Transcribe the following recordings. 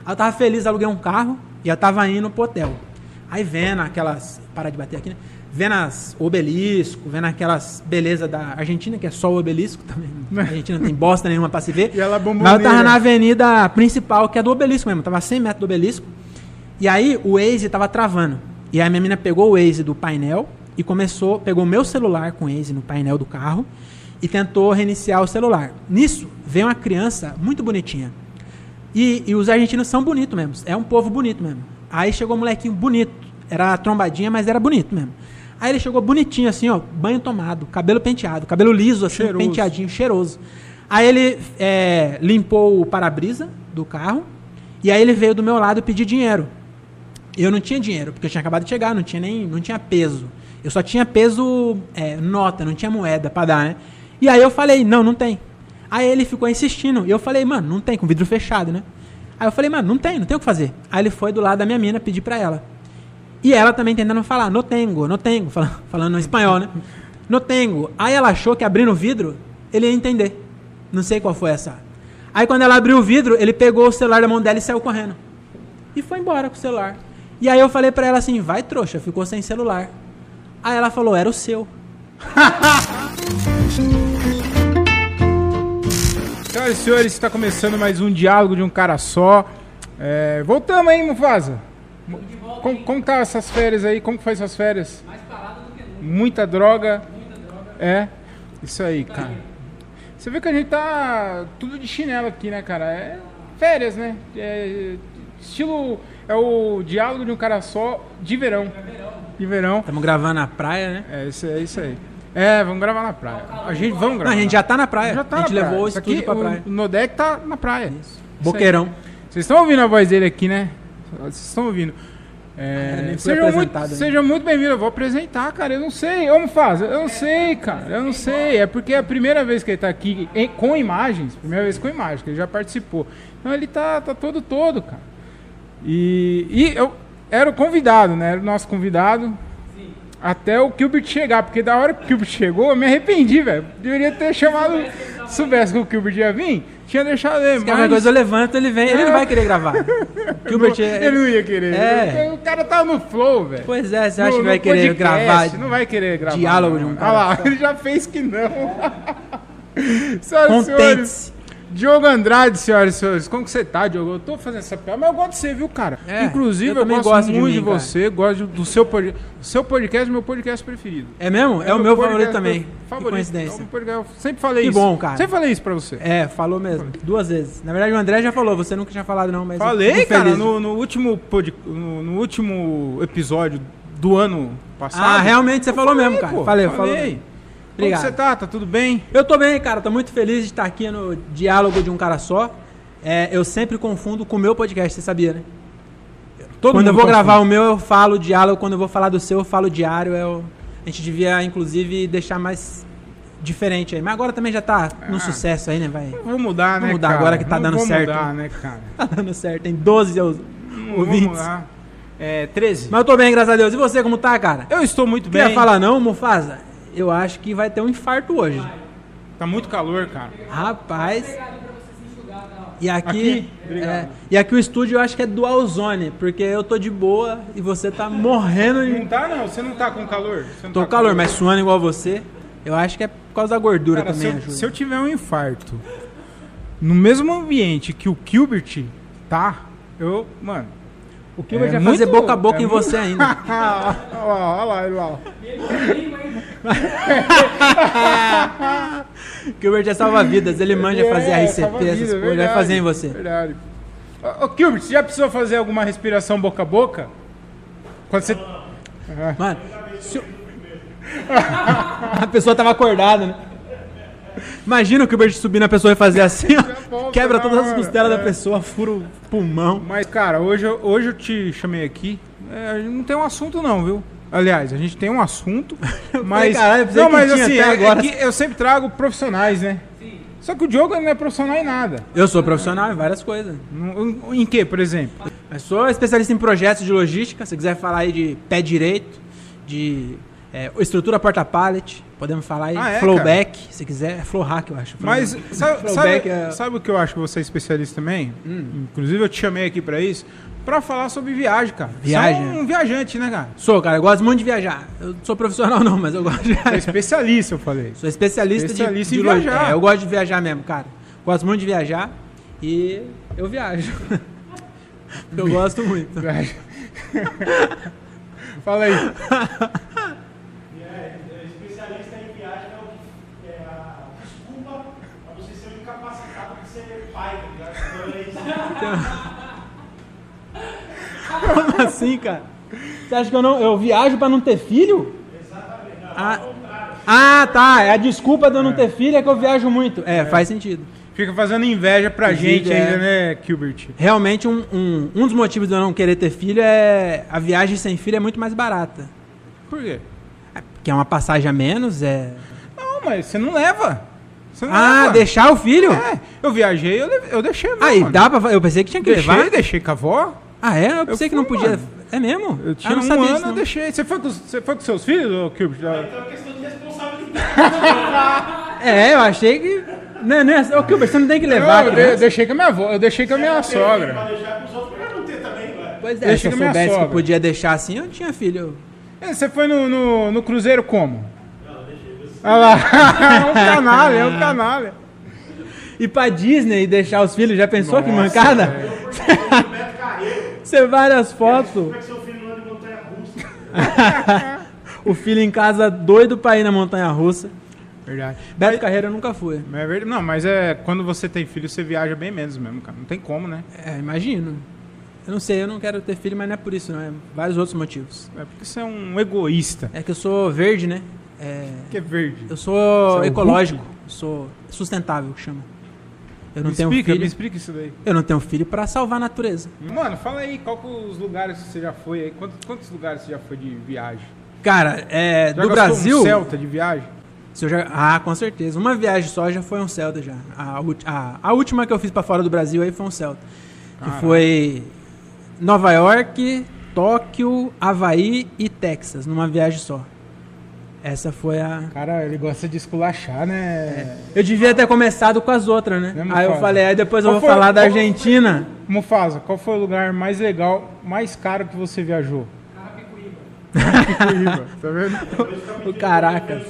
Aí eu tava feliz, aluguei um carro e eu tava indo pro hotel. Aí vendo aquelas... Para de bater aqui, né? Vendo as obelisco, vendo aquelas belezas da Argentina, que é só o obelisco também. A Argentina não tem bosta nenhuma pra se ver. E ela mas eu tava na avenida principal, que é do obelisco mesmo. Tava a 100 metros do obelisco. E aí o Waze tava travando. E aí a minha menina pegou o Waze do painel e pegou o meu celular com o Waze no painel do carro e tentou reiniciar o celular. Nisso, veio uma criança muito bonitinha. E os argentinos são bonitos mesmo. É um povo bonito mesmo. Aí chegou um molequinho bonito. Era trombadinha, mas era bonito mesmo. Aí ele chegou bonitinho assim, ó, banho tomado, cabelo penteado, cabelo liso assim, cheiroso. Penteadinho, cheiroso. Aí ele limpou o para-brisa do carro e aí ele veio do meu lado pedir dinheiro. Eu não tinha dinheiro, porque eu tinha acabado de chegar, não tinha peso. Eu só tinha peso, nota, não tinha moeda pra dar, né? E aí eu falei, não tem. Aí ele ficou insistindo. E eu falei, mano, não tem, com vidro fechado, né? Aí eu falei, mano, não tem o que fazer. Aí ele foi do lado da minha mina pedir pra ela. E ela também tentando falar, no tengo, falando em espanhol, né? No tengo. Aí ela achou que abrindo o vidro, ele ia entender. Não sei qual foi essa. Aí quando ela abriu o vidro, ele pegou o celular da mão dela e saiu correndo. E foi embora com o celular. E aí eu falei pra ela assim, vai trouxa, ficou sem celular. Aí ela falou, era o seu. Senhoras e senhores, está começando mais um Diálogo de um Cara Só. Voltamos aí, Mufasa. Como tá essas férias aí? Como que foi essas férias? Mais parada do que nunca. Muita droga. Isso aí, cara. Você vê que a gente tá tudo de chinelo aqui, né, cara? Férias, né? Estilo... É o Diálogo de um Cara Só de verão. De verão. Estamos gravando na praia, né? É isso aí. Vamos gravar na praia. Vamos gravar. Não, a gente já tá na praia. A gente levou o estúdio pra praia. O Nodec tá na praia. Isso. Boqueirão. Vocês estão ouvindo a voz dele aqui, né? Vocês estão ouvindo. Seja muito bem-vindo. Eu vou apresentar, cara. Eu não sei. Vamos fazer. Eu não sei, cara. Eu não sei. É porque é a primeira vez que ele tá aqui com imagens. Primeira vez com imagens, que ele já participou. Então ele tá todo, cara. E eu era o convidado, né? Era o nosso convidado. Sim. Até o Gilbert chegar. Porque da hora que o Gilbert chegou, eu me arrependi, velho. Deveria ter chamado. Soubesse que o Gilbert ia vir, tinha deixado ele. Se qualquer coisa eu levanto, ele vem. Ele não vai querer gravar. Gilbert, ele não ia querer. O cara tava no flow, velho. Pois é, você acha que vai querer gravar? Não vai querer gravar. Diálogo de um cara. Olha lá, ele já fez que não. Contente-se. Diogo Andrade, senhoras e senhores, como que você tá, Diogo? Eu tô fazendo essa piada, mas eu gosto de você, viu, cara? Inclusive, eu gosto muito de você, gosto do seu podcast, meu podcast preferido. É mesmo? É o meu favorito também. Favorito. Coincidência. Eu sempre falei isso. Que bom, cara. Sempre falei isso pra você. Falou mesmo. 2 vezes. Na verdade, o André já falou, você nunca tinha falado não, mas... Falei, cara, no último episódio do ano passado. Realmente você falou mesmo, cara. Falei. Obrigado. Como você tá? Tá tudo bem? Eu tô bem, cara. Tô muito feliz de estar aqui no Diálogo de um Cara Só. Eu sempre confundo com o meu podcast, você sabia, né? Quando eu vou gravar o meu, eu falo diálogo. Quando eu vou falar do seu, eu falo diário. A gente devia, inclusive, deixar mais diferente aí. Mas agora também já tá no sucesso aí, né? Vamos mudar, né, Vamos mudar cara? Agora que tá dando certo. Vamos mudar, né, cara? Tá dando certo. Tem 12 ouvintes. Vamos mudar. 13. Mas eu tô bem, graças a Deus. E você, como tá, cara? Eu estou muito bem. Quer falar não, Mufasa? Eu acho que vai ter um infarto hoje. Tá muito calor, cara. Rapaz. E aqui o estúdio eu acho que é dual zone, porque eu tô de boa e você tá morrendo de... Não tá, não. Você não tá com calor? Tô com calor, mas suando igual você. Eu acho que é por causa da gordura, cara, também ajuda. Se eu tiver um infarto no mesmo ambiente que o Gilbert tá, Mano... O Gilbert vai fazer boca a boca em você ainda. Olha lá. Gilbert é salva-vidas, ele manja fazer RCP, essas coisas, vai fazer em você. Verdade. Ô, Gilbert, você já precisou fazer alguma respiração boca a boca? Quando você... Mano, a pessoa tava acordada, né? Imagina o Gilbert subir na pessoa e fazer assim, ó, quebra todas as costelas da pessoa, fura o pulmão. Mas, cara, hoje eu te chamei aqui, a gente não tem um assunto não, viu? Aliás, a gente tem um assunto, mas... Não, mas assim, agora... que eu sempre trago profissionais, né? Sim. Só que o Diogo não é profissional em nada. Eu sou profissional em várias coisas. Em que, por exemplo? Eu sou especialista em projetos de logística, se quiser falar aí de pé direito, de Estrutura porta-pallet, podemos falar aí. Flowback, se quiser. É Flowhack, eu acho. Mas sabe o que eu acho que você é especialista também? Inclusive eu te chamei aqui pra isso. Pra falar sobre viagem, cara. Viagem? Você é um viajante, né, cara? Sou, cara. Eu gosto muito de viajar. Eu sou profissional não, mas eu gosto de viajar. Você é especialista, eu falei. Sou especialista em viajar. Eu gosto de viajar mesmo, cara. Gosto muito de viajar e eu viajo. Eu gosto muito. Fala aí. Especialista em viagem é a desculpa pra você ser um incapacitado de ser pai, tá ligado? Como assim, cara? Você acha que eu viajo pra não ter filho? Exatamente. Tá. É a desculpa de eu não ter filho é que eu viajo muito. Faz sentido. Fica fazendo inveja pra gente ainda, né, Gilbert? Realmente, um dos motivos de eu não querer ter filho é a viagem sem filho é muito mais barata. Por quê? Porque é uma passagem a menos, Não, mas você não leva. Você não leva. Deixar o filho? Eu viajei, eu deixei. Aí, dá pra... Eu pensei que tinha que levar. Deixei com a avó. Eu pensei que não podia... Mano. É mesmo? Eu tinha não um ano, eu deixei. Você foi com seus filhos, Gilbert? Então é questão de responsabilidade. Eu achei que... Ô, Gilbert, você não tem que levar. Eu deixei com a minha avó, eu deixei com a minha sogra. Pra deixar pros outros, eu não ter também, ué. Pois é, se eu soubesse que eu podia deixar assim, eu tinha filho. Você foi no cruzeiro como? Não, deixei. Olha lá, é um canalha. E pra Disney deixar os filhos, já pensou que mancada? Você várias fotos. Como é que seu filho não anda em montanha-russa? O filho em casa doido pra ir na montanha-russa. Verdade. Beto Carreira eu nunca fui. É verdade. Não, mas quando você tem filho, você viaja bem menos mesmo, cara. Não tem como, né? Imagino. Eu não sei, eu não quero ter filho, mas não é por isso, não. É vários outros motivos. É porque você é um egoísta. É que eu sou verde, né? Que é verde? Eu sou ecológico. Eu sou sustentável, que chama. Eu não tenho filho. Me explica isso daí. Eu não tenho filho pra salvar a natureza. Mano, fala aí, qual que os lugares que você já foi aí? Quantos lugares você já foi de viagem? Cara, já do Brasil... um Celta de viagem? Com certeza. Uma viagem só já foi um Celta já. A última que eu fiz pra fora do Brasil aí foi um Celta. Que foi Nova York, Tóquio, Havaí e Texas, numa viagem só. Essa foi a... Cara, ele gosta de esculachar, né? Eu devia ter começado com as outras, né? Aí eu falei, depois eu vou falar da Argentina. Mufasa, qual foi o lugar mais legal, mais caro que você viajou? Carapicuíba. Tá vendo? O Caracas.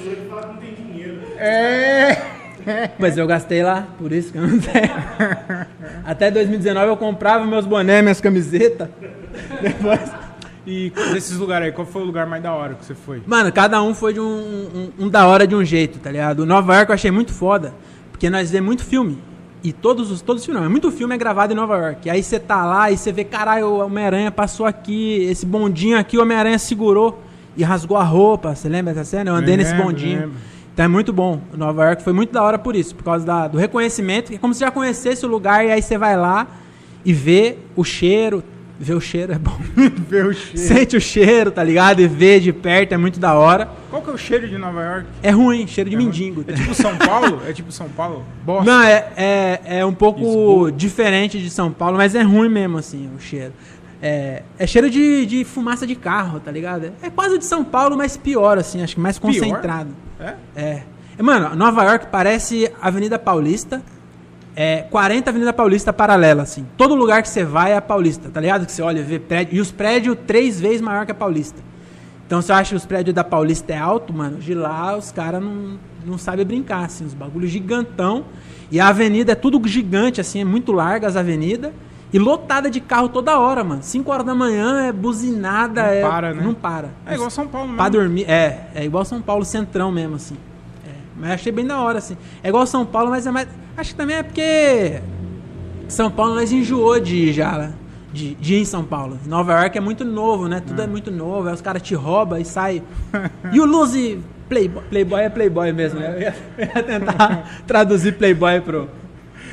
Mas eu gastei lá, por isso que eu não tenho. Até 2019 eu comprava meus bonés, minhas camisetas. Depois... E desses lugares aí, qual foi o lugar mais da hora que você foi? Mano, cada um foi de um da hora de um jeito, tá ligado? O Nova York eu achei muito foda, porque nós vemos muito filme. E todos os filmes, não, muito filme é gravado em Nova York. E aí você tá lá e você vê, caralho, o Homem-Aranha passou aqui, esse bondinho aqui, o Homem-Aranha segurou e rasgou a roupa. Você lembra dessa cena? Eu andei nesse bondinho. Lembro. Então é muito bom. O Nova York foi muito da hora por isso, por causa do reconhecimento. É como se já conhecesse o lugar e aí você vai lá e vê o cheiro. Ver o cheiro é bom. Ver o cheiro. Sente o cheiro, tá ligado? E ver de perto é muito da hora. Qual que é o cheiro de Nova York? É ruim, cheiro de mendigo. É tipo São Paulo? É tipo São Paulo? Bosta. Não, é um pouco diferente de São Paulo, mas é ruim mesmo, assim, o cheiro. É cheiro de fumaça de carro, tá ligado? É quase de São Paulo, mas pior, assim, acho que mais concentrado. Mano, Nova York parece Avenida Paulista. 40 Avenida Paulista paralela, assim. Todo lugar que você vai é a Paulista, tá ligado? Que você olha e vê prédio. E os prédios 3 vezes maior que a Paulista. Então você acha que os prédios da Paulista é alto, mano? De lá os caras não sabem brincar, assim. Os bagulhos gigantão. E a avenida é tudo gigante, assim. É muito larga as avenidas. E lotada de carro toda hora, mano. 5 horas da manhã é buzinada. Não para, né? Não para. É igual São Paulo mesmo. Pra dormir. É igual São Paulo, centrão mesmo, assim. Mas achei bem da hora, assim. É igual São Paulo, mas é mais... Acho que também é porque São Paulo nós enjoou de ir já, né? De ir em São Paulo. Nova York é muito novo, né? Tudo é muito novo. Aí os caras te roubam e saem. E o Luzi... Playboy é Playboy mesmo, né? Eu ia tentar traduzir Playboy pro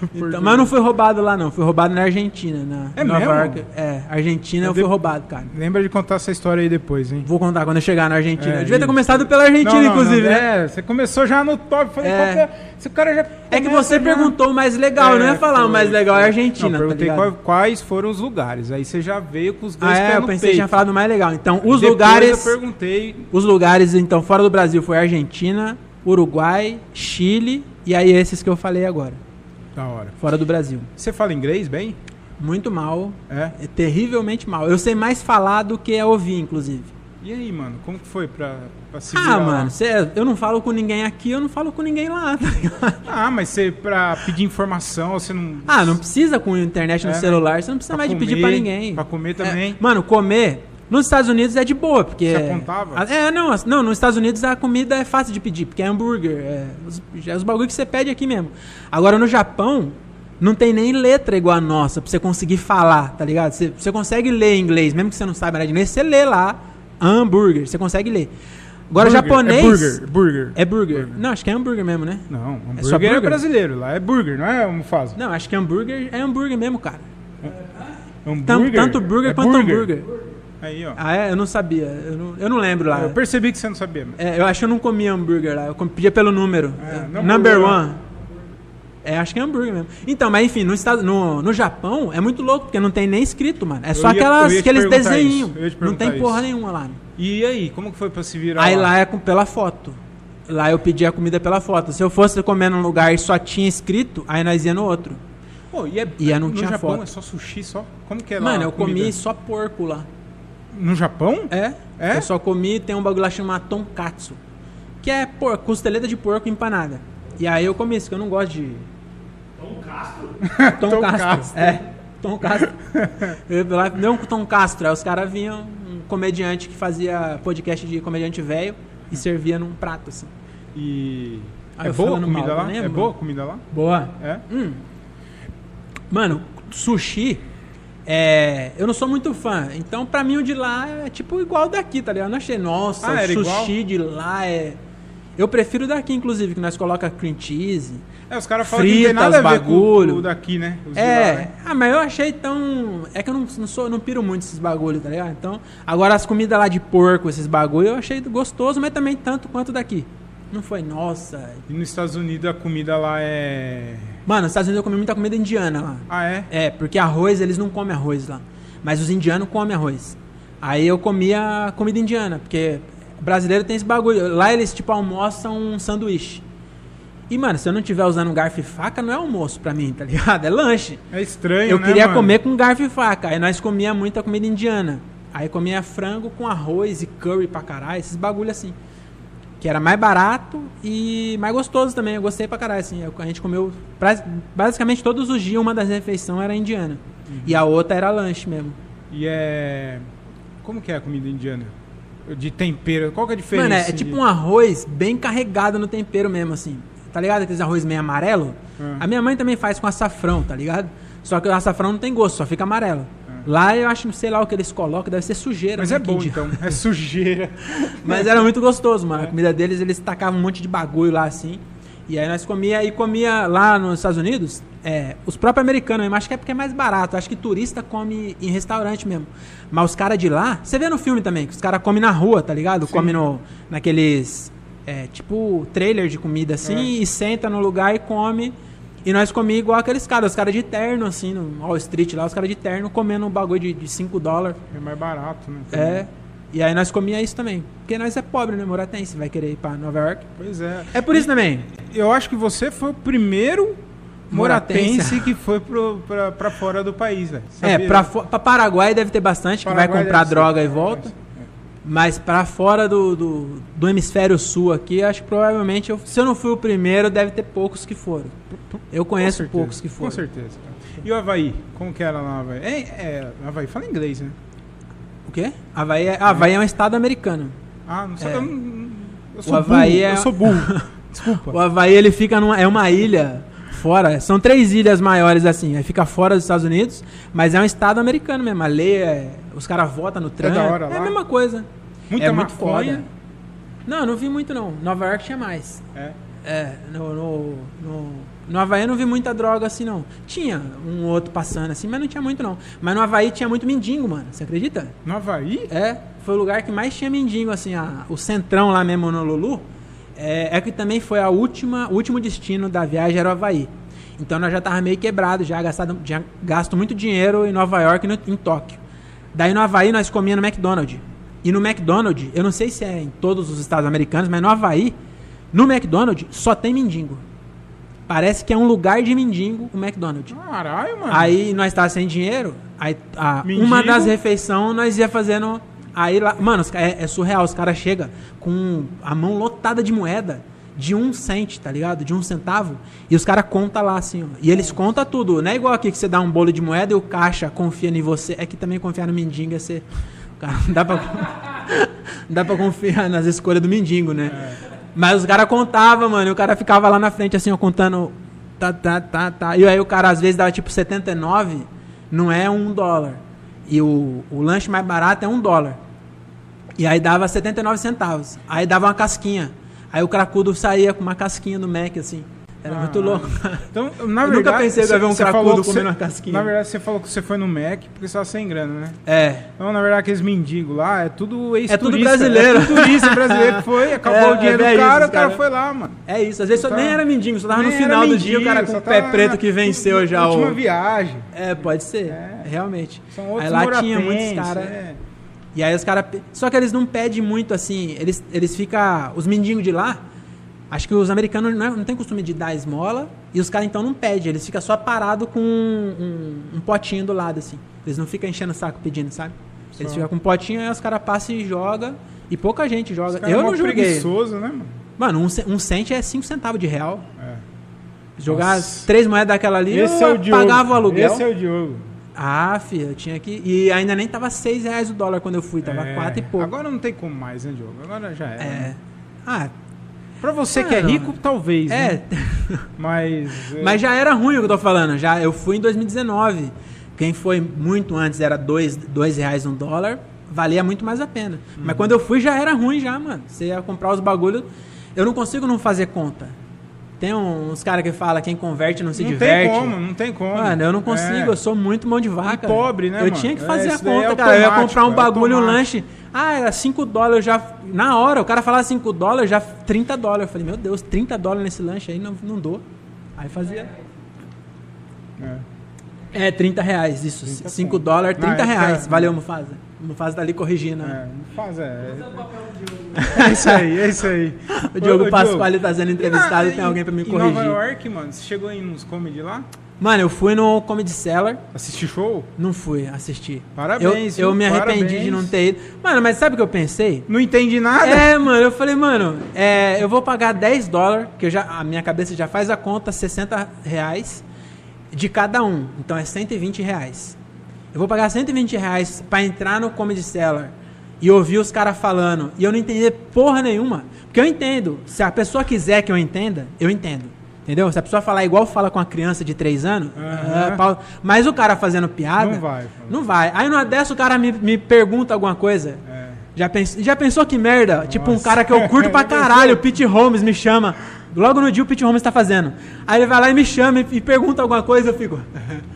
Então, mas não foi roubado lá, não. Foi roubado na Argentina. É Nova mesmo? York. Argentina eu fui roubado, cara. Lembra de contar essa história aí depois, hein? Vou contar quando eu chegar na Argentina. É, Eu devia ter isso. começado pela Argentina, inclusive, né? Você começou já no top. Falei, qual que é? Esse cara já. É que você perguntou o mais legal, eu não ia falar o mais legal é a Argentina. Não, perguntei tá ligado? quais foram os lugares. Aí você já veio com os dois pés eu no pensei que tinha peito. falado o mais legal. Então, os Depois lugares. eu perguntei. Os lugares, então, fora do Brasil foi Argentina, Uruguai, Chile e aí esses que eu falei agora. Da hora. Fora do Brasil. Você fala inglês bem? Muito mal. É? Terrivelmente mal. Eu sei mais falar do que ouvir, inclusive. E aí, mano, como que foi pra se virar lá? Mano, eu não falo com ninguém aqui, eu não falo com ninguém lá, tá ligado? Mas você, pra pedir informação, você não... Não precisa com internet no celular, você não precisa mais de pedir pra ninguém. Pra comer também. Mano, comer... Nos Estados Unidos é de boa, porque... Você apontava? Não, nos Estados Unidos a comida é fácil de pedir, porque é hambúrguer, os bagulho que você pede aqui mesmo. Agora no Japão, não tem nem letra igual a nossa, pra você conseguir falar, tá ligado? Você consegue ler inglês, mesmo que você não saiba nada de inglês, você lê lá, hambúrguer, você consegue ler. Agora Burger, japonês... burger. É burger. Não, acho que é hambúrguer mesmo, né? Não, É só hambúrguer é burger? brasileiro, lá é burger, não é Mufasa? Não, acho que hambúrguer é hambúrguer mesmo, cara. Hambúrguer? Tanto burger É quanto hambúrguer. Aí, ó. Eu não sabia. Eu não lembro lá. Eu percebi que você não sabia. Eu acho que eu não comia hambúrguer lá. Eu pedia pelo número. Number Number one. one. Acho que é hambúrguer mesmo. Então, mas enfim, no Japão é muito louco, porque não tem nem escrito, mano. É só eu ia te aqueles perguntar desenhinhos. isso, eu ia te Não tem perguntar porra isso. nenhuma lá. E aí, como que foi pra se virar Aí lá? lá é pela foto. Lá eu pedi a comida pela foto. Se eu fosse comer num lugar e só tinha escrito, aí nós ia no outro. Pô, E eu não no tinha Japão foto. é só sushi, só? Como que é lá Mano, a eu comida? comi só porco lá. No Japão? É? É? Eu só comi, tem um bagulho lá chamado tonkatsu. Que é costeleta de porco empanada. E aí eu comi isso, que eu não gosto de... Tom Castro. Tom Castro. Eu ia lá, não com Tom Castro. Aí os caras vinham, um comediante que fazia podcast de comediante velho e servia num prato, assim. E... Aí É eu boa a falando comida mal, lá? né, É mano? boa a comida lá? Boa. É? Mano, sushi, eu não sou muito fã. Então, pra mim, o de lá é tipo igual daqui, tá ligado? Eu não achei, nossa, era o igual? sushi de lá é... Eu prefiro daqui, inclusive, que nós coloca cream cheese. Os caras falam que não tem Fritas, nada a ver bagulho. com o daqui, né? Os de lá, né? Mas eu achei tão... É que eu não piro muito esses bagulho, tá ligado? Então, agora as comidas lá de porco, esses bagulho, eu achei gostoso, mas também tanto quanto daqui. Não foi, nossa... E nos Estados Unidos a comida lá é... Mano, nos Estados Unidos eu comi muita comida indiana lá. Ah, é? É, porque arroz, eles não comem arroz lá. Mas os indianos comem arroz. Aí eu comia comida indiana, porque brasileiro tem esse bagulho. Lá eles, tipo, almoçam um sanduíche. E, mano, se eu não estiver usando garfo e faca, não é almoço pra mim, tá ligado? É lanche. É estranho, Eu né, queria mano? comer com garfo e faca. Aí nós comia muita comida indiana. Aí comia frango com arroz e curry pra caralho, esses bagulho assim. Que era mais barato e mais gostoso também. Eu gostei pra caralho, assim. A gente comeu basicamente todos os dias, uma das refeições era indiana. E a outra era lanche mesmo. E é... Como que é a comida indiana? De tempero, qual que é a diferença? Mano, é tipo um arroz bem carregado no tempero mesmo, assim. Tá ligado? Aqueles arroz meio amarelo. A minha mãe também faz com açafrão, tá ligado? Só que o açafrão não tem gosto, só fica amarelo. Lá eu acho, não sei lá o que eles colocam, deve ser sujeira. Mas né, é bom, que então. É sujeira. Mas era muito gostoso, mano. A comida deles, eles tacavam um monte de bagulho lá, assim. E aí nós comia lá nos Estados Unidos, os próprios americanos mesmo, acho que é porque é mais barato. Acho que turista come em restaurante mesmo. Mas os caras de lá, você vê no filme também, que os caras comem na rua, tá ligado? Sim. Come naqueles, tipo, trailer de comida assim, e senta no lugar e come. E nós comíamos igual aqueles caras, os caras de terno, assim, no Wall Street lá, os caras de terno comendo um bagulho de $5. É mais barato, né? É. E aí nós comia isso também. Porque nós é pobre, né? Moratense, vai querer ir pra Nova York. Pois é. É por isso também. Eu acho que você foi o primeiro moratense Moratense. que foi pra fora do país, velho. Pra Paraguai deve ter bastante, Paraguai que vai comprar deve ser. droga e volta. Mas pra fora do hemisfério sul aqui, acho que provavelmente, se eu não fui o primeiro, deve ter poucos que foram. Eu conheço certeza, poucos que foram. Com certeza. E o Havaí? Como que era lá no Havaí? Havaí fala inglês, né? O quê? Havaí é um estado americano. Ah, não sei. É. Eu sou O Havaí burro. é- Eu sou burro. Desculpa. O Havaí, ele fica é uma ilha fora. São 3 ilhas maiores, assim. Aí fica fora dos Estados Unidos, mas é um estado americano mesmo. A lei os caras votam no trânsito. da hora É lá? a mesma coisa. Muita é muito maconha. foda. Não, não vi muito não. Nova York tinha mais. É. No Havaí eu não vi muita droga assim, não. Tinha um outro passando assim, mas não tinha muito, não. Mas no Havaí tinha muito mendigo, mano. Você acredita? No Havaí? É, foi o lugar que mais tinha mendigo, assim. O centrão lá mesmo, Honolulu, que também foi o último destino da viagem, era o Havaí. Então nós já tava meio quebrado, já gasto muito dinheiro em Nova York e em Tóquio. Daí no Havaí nós comíamos no McDonald's. E no McDonald's, eu não sei se é em todos os estados americanos, mas no Havaí, no McDonald's, só tem mendigo. Parece que é um lugar de mendigo o McDonald's. Caralho, mano. Aí nós tava sem dinheiro, aí uma das refeições nós ia fazendo... Aí lá... Mano, é surreal, os caras chegam com a mão lotada de moeda de 1 cent, tá ligado? De 1 centavo. E os caras contam lá, assim, ó. E eles contam tudo. Não é igual aqui que você dá um bolo de moeda e o caixa confia em você. É que também confiar no mendigo é ser... Cara, dá pra confiar nas escolhas do mendigo, né? Mas os caras contavam, mano, e o cara ficava lá na frente, assim, ó, contando, tá. E aí o cara, às vezes, dava, tipo, 79, não é $1. E o lanche mais barato é $1. E aí dava 79 centavos. Aí dava uma casquinha. Aí o cracudo saía com uma casquinha do Mac, assim. Era muito louco. Então, na eu verdade, nunca pensei que eu ia ver um cracudo comendo uma casquinha. Na verdade, você falou que você foi no Mac porque você tava sem grana, né? É. Então, na verdade, aqueles mendigos lá é tudo ex-turista. É tudo brasileiro. É tudo turista brasileiro que foi, acabou o dinheiro do cara, o cara foi lá, mano. É isso. Às vezes Então, nem era mendigo, só tava no nem final era do dia o cara com o pé preto que venceu já última viagem. É, pode ser. Realmente. São outros aí lá tinha morapenses, muitos caras... E aí os caras... Só que eles não pedem muito, assim... Eles ficam... Os mendigos de lá... Acho que os americanos não tem costume de dar esmola. E os caras, então, não pedem. Eles ficam só parados com um potinho do lado, assim. Eles não ficam enchendo o saco pedindo, sabe? Eles ficam com um potinho, aí os caras passam e jogam. E pouca gente joga. Eu não joguei. Preguiçoso, né, mano? Mano, um cent é 5 centavos de real. Jogar Nossa. 3 moedas daquela ali, Esse eu é o Diogo. pagava o aluguel. Esse é o Diogo. Ah, filho, eu tinha que... E ainda nem tava R$6 o dólar quando eu fui. Tava 4 e pouco. Agora não tem como mais, né, Diogo? Agora já era. Ah, pra você que é rico, talvez, né? Mas já era ruim o que eu tô falando. Eu fui em 2019. Quem foi muito antes era R$2 um dólar. Valia muito mais a pena. Mas quando eu fui já era ruim já, mano. Você ia comprar os bagulhos... Eu não consigo não fazer conta. Tem uns caras que falam quem converte não se diverte. Não tem como. Mano, eu não consigo. Eu sou muito mão de vaca. E pobre, né, eu mano? tinha que fazer a Isso daí conta, é cara. Eu ia automático, comprar um bagulho, um automático. lanche... era $5, já... Na hora, o cara falava $5, já $30. Eu falei, meu Deus, $30 nesse lanche aí, não dou. Aí fazia... R$30, isso. $5, R$30. Valeu, Mufasa. Mufasa tá ali corrigindo. Mufasa é isso aí. O Diogo Pasquale tá sendo entrevistado e tem alguém pra me corrigir. Em Nova York, mano, você chegou aí nos comedy lá? Mano, eu fui no Comedy Cellar. Assistir show? Não fui assistir. Parabéns, eu me arrependi parabéns. de não ter ido. Mano, mas sabe o que eu pensei? Não entendi nada? Mano, eu falei, mano, eu vou pagar $10, que a minha cabeça já faz a conta, R$60 de cada um. Então é R$120. Eu vou pagar R$120 pra entrar no Comedy Cellar e ouvir os caras falando e eu não entender porra nenhuma. Porque eu entendo. Se a pessoa quiser que eu entenda, eu entendo. Entendeu? Se a pessoa falar igual fala com uma criança de 3 anos, mas o cara fazendo piada... Não vai. Aí numa dessa o cara me pergunta alguma coisa. Já pensou que merda? Nossa. Tipo um cara que eu curto pra caralho, o Pete Holmes me chama. Logo no dia o Pete Holmes tá fazendo. Aí ele vai lá e me chama e pergunta alguma coisa, eu fico...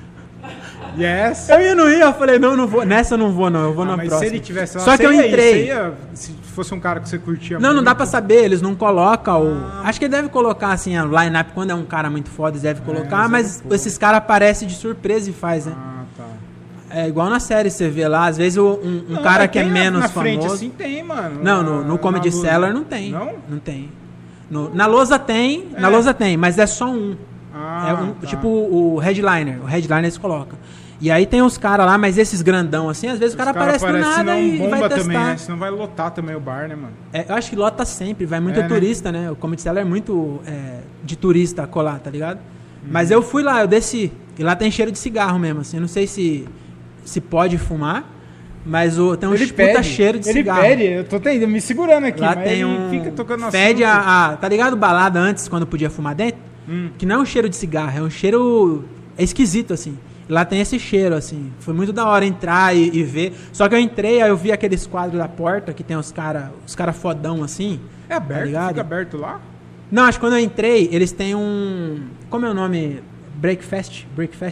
Yes. Eu não ia, eu falei, não vou. Nessa eu não vou, não. Eu vou na mas próxima. Se ele tivesse lá, só que eu entrei. Se fosse um cara que você curtia não dá pra saber, eles não colocam Acho que ele deve colocar assim a line-up quando é um cara muito foda, eles devem colocar, mas esses caras aparecem de surpresa e faz, né? Tá. É igual na série, você vê lá, às vezes um cara que é menos na famoso. Frente, assim tem, mano. Não, no Comedy Cellar não tem. Não? Não tem. Na lousa tem, mas é só um. Tipo o headliner. O headliner eles colocam. E aí tem uns caras lá, mas esses grandão assim, às vezes o cara aparece do nada e vai testar. Também, né? Senão vai lotar também o bar, né, mano? Eu acho que lota sempre, vai muito turista, né? O Comedy Cellar é muito de turista colar, tá ligado? Mas eu fui lá, eu desci, e lá tem cheiro de cigarro mesmo, assim, eu não sei se pode fumar, mas tem um puta cheiro de cigarro. Ele pede, eu tô me segurando aqui, lá mas tem ele fica tocando na pede tá ligado balada antes, quando podia fumar dentro? Que não é um cheiro de cigarro, é um cheiro esquisito, assim. Lá tem esse cheiro, assim. Foi muito da hora entrar e ver. Só que eu entrei, aí eu vi aqueles quadros da porta, que tem os cara fodão, assim. É aberto? Tá ligado? Fica aberto lá? Não, acho que quando eu entrei, eles têm um... Como é o nome? Breakfast?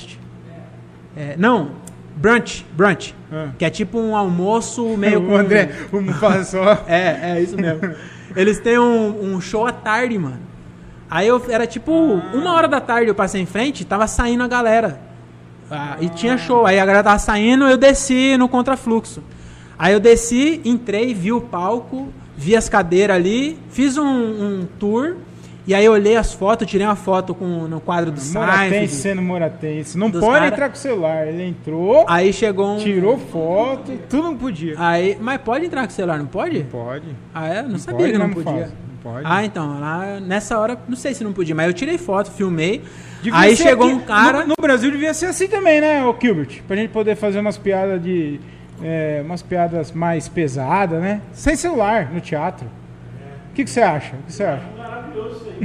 Não, brunch. Que é tipo um almoço meio O André, o Mufasa só. É isso mesmo. Eles têm um show à tarde, mano. Aí era tipo 1h da tarde, eu passei em frente, tava saindo a galera. E tinha show. Aí a galera tava saindo, eu desci no contrafluxo. Aí eu desci, entrei, vi o palco, vi as cadeiras ali, fiz um tour. E aí eu olhei as fotos, tirei uma foto no quadro do Moratense sendo Moratense. Não pode entrar com o celular. Ele entrou, aí chegou tirou foto, tudo não podia. Mas pode entrar com o celular, não pode? Pode. Não sabia que não podia. Não pode. Então, lá nessa hora, não sei se não podia, mas eu tirei foto, filmei. Aí chegou um cara... No Brasil devia ser assim também, né, ô Gilbert? Pra gente poder fazer umas piadas umas piadas mais pesadas, né? Sem celular, no teatro. O que você acha? Maravilhoso isso aí.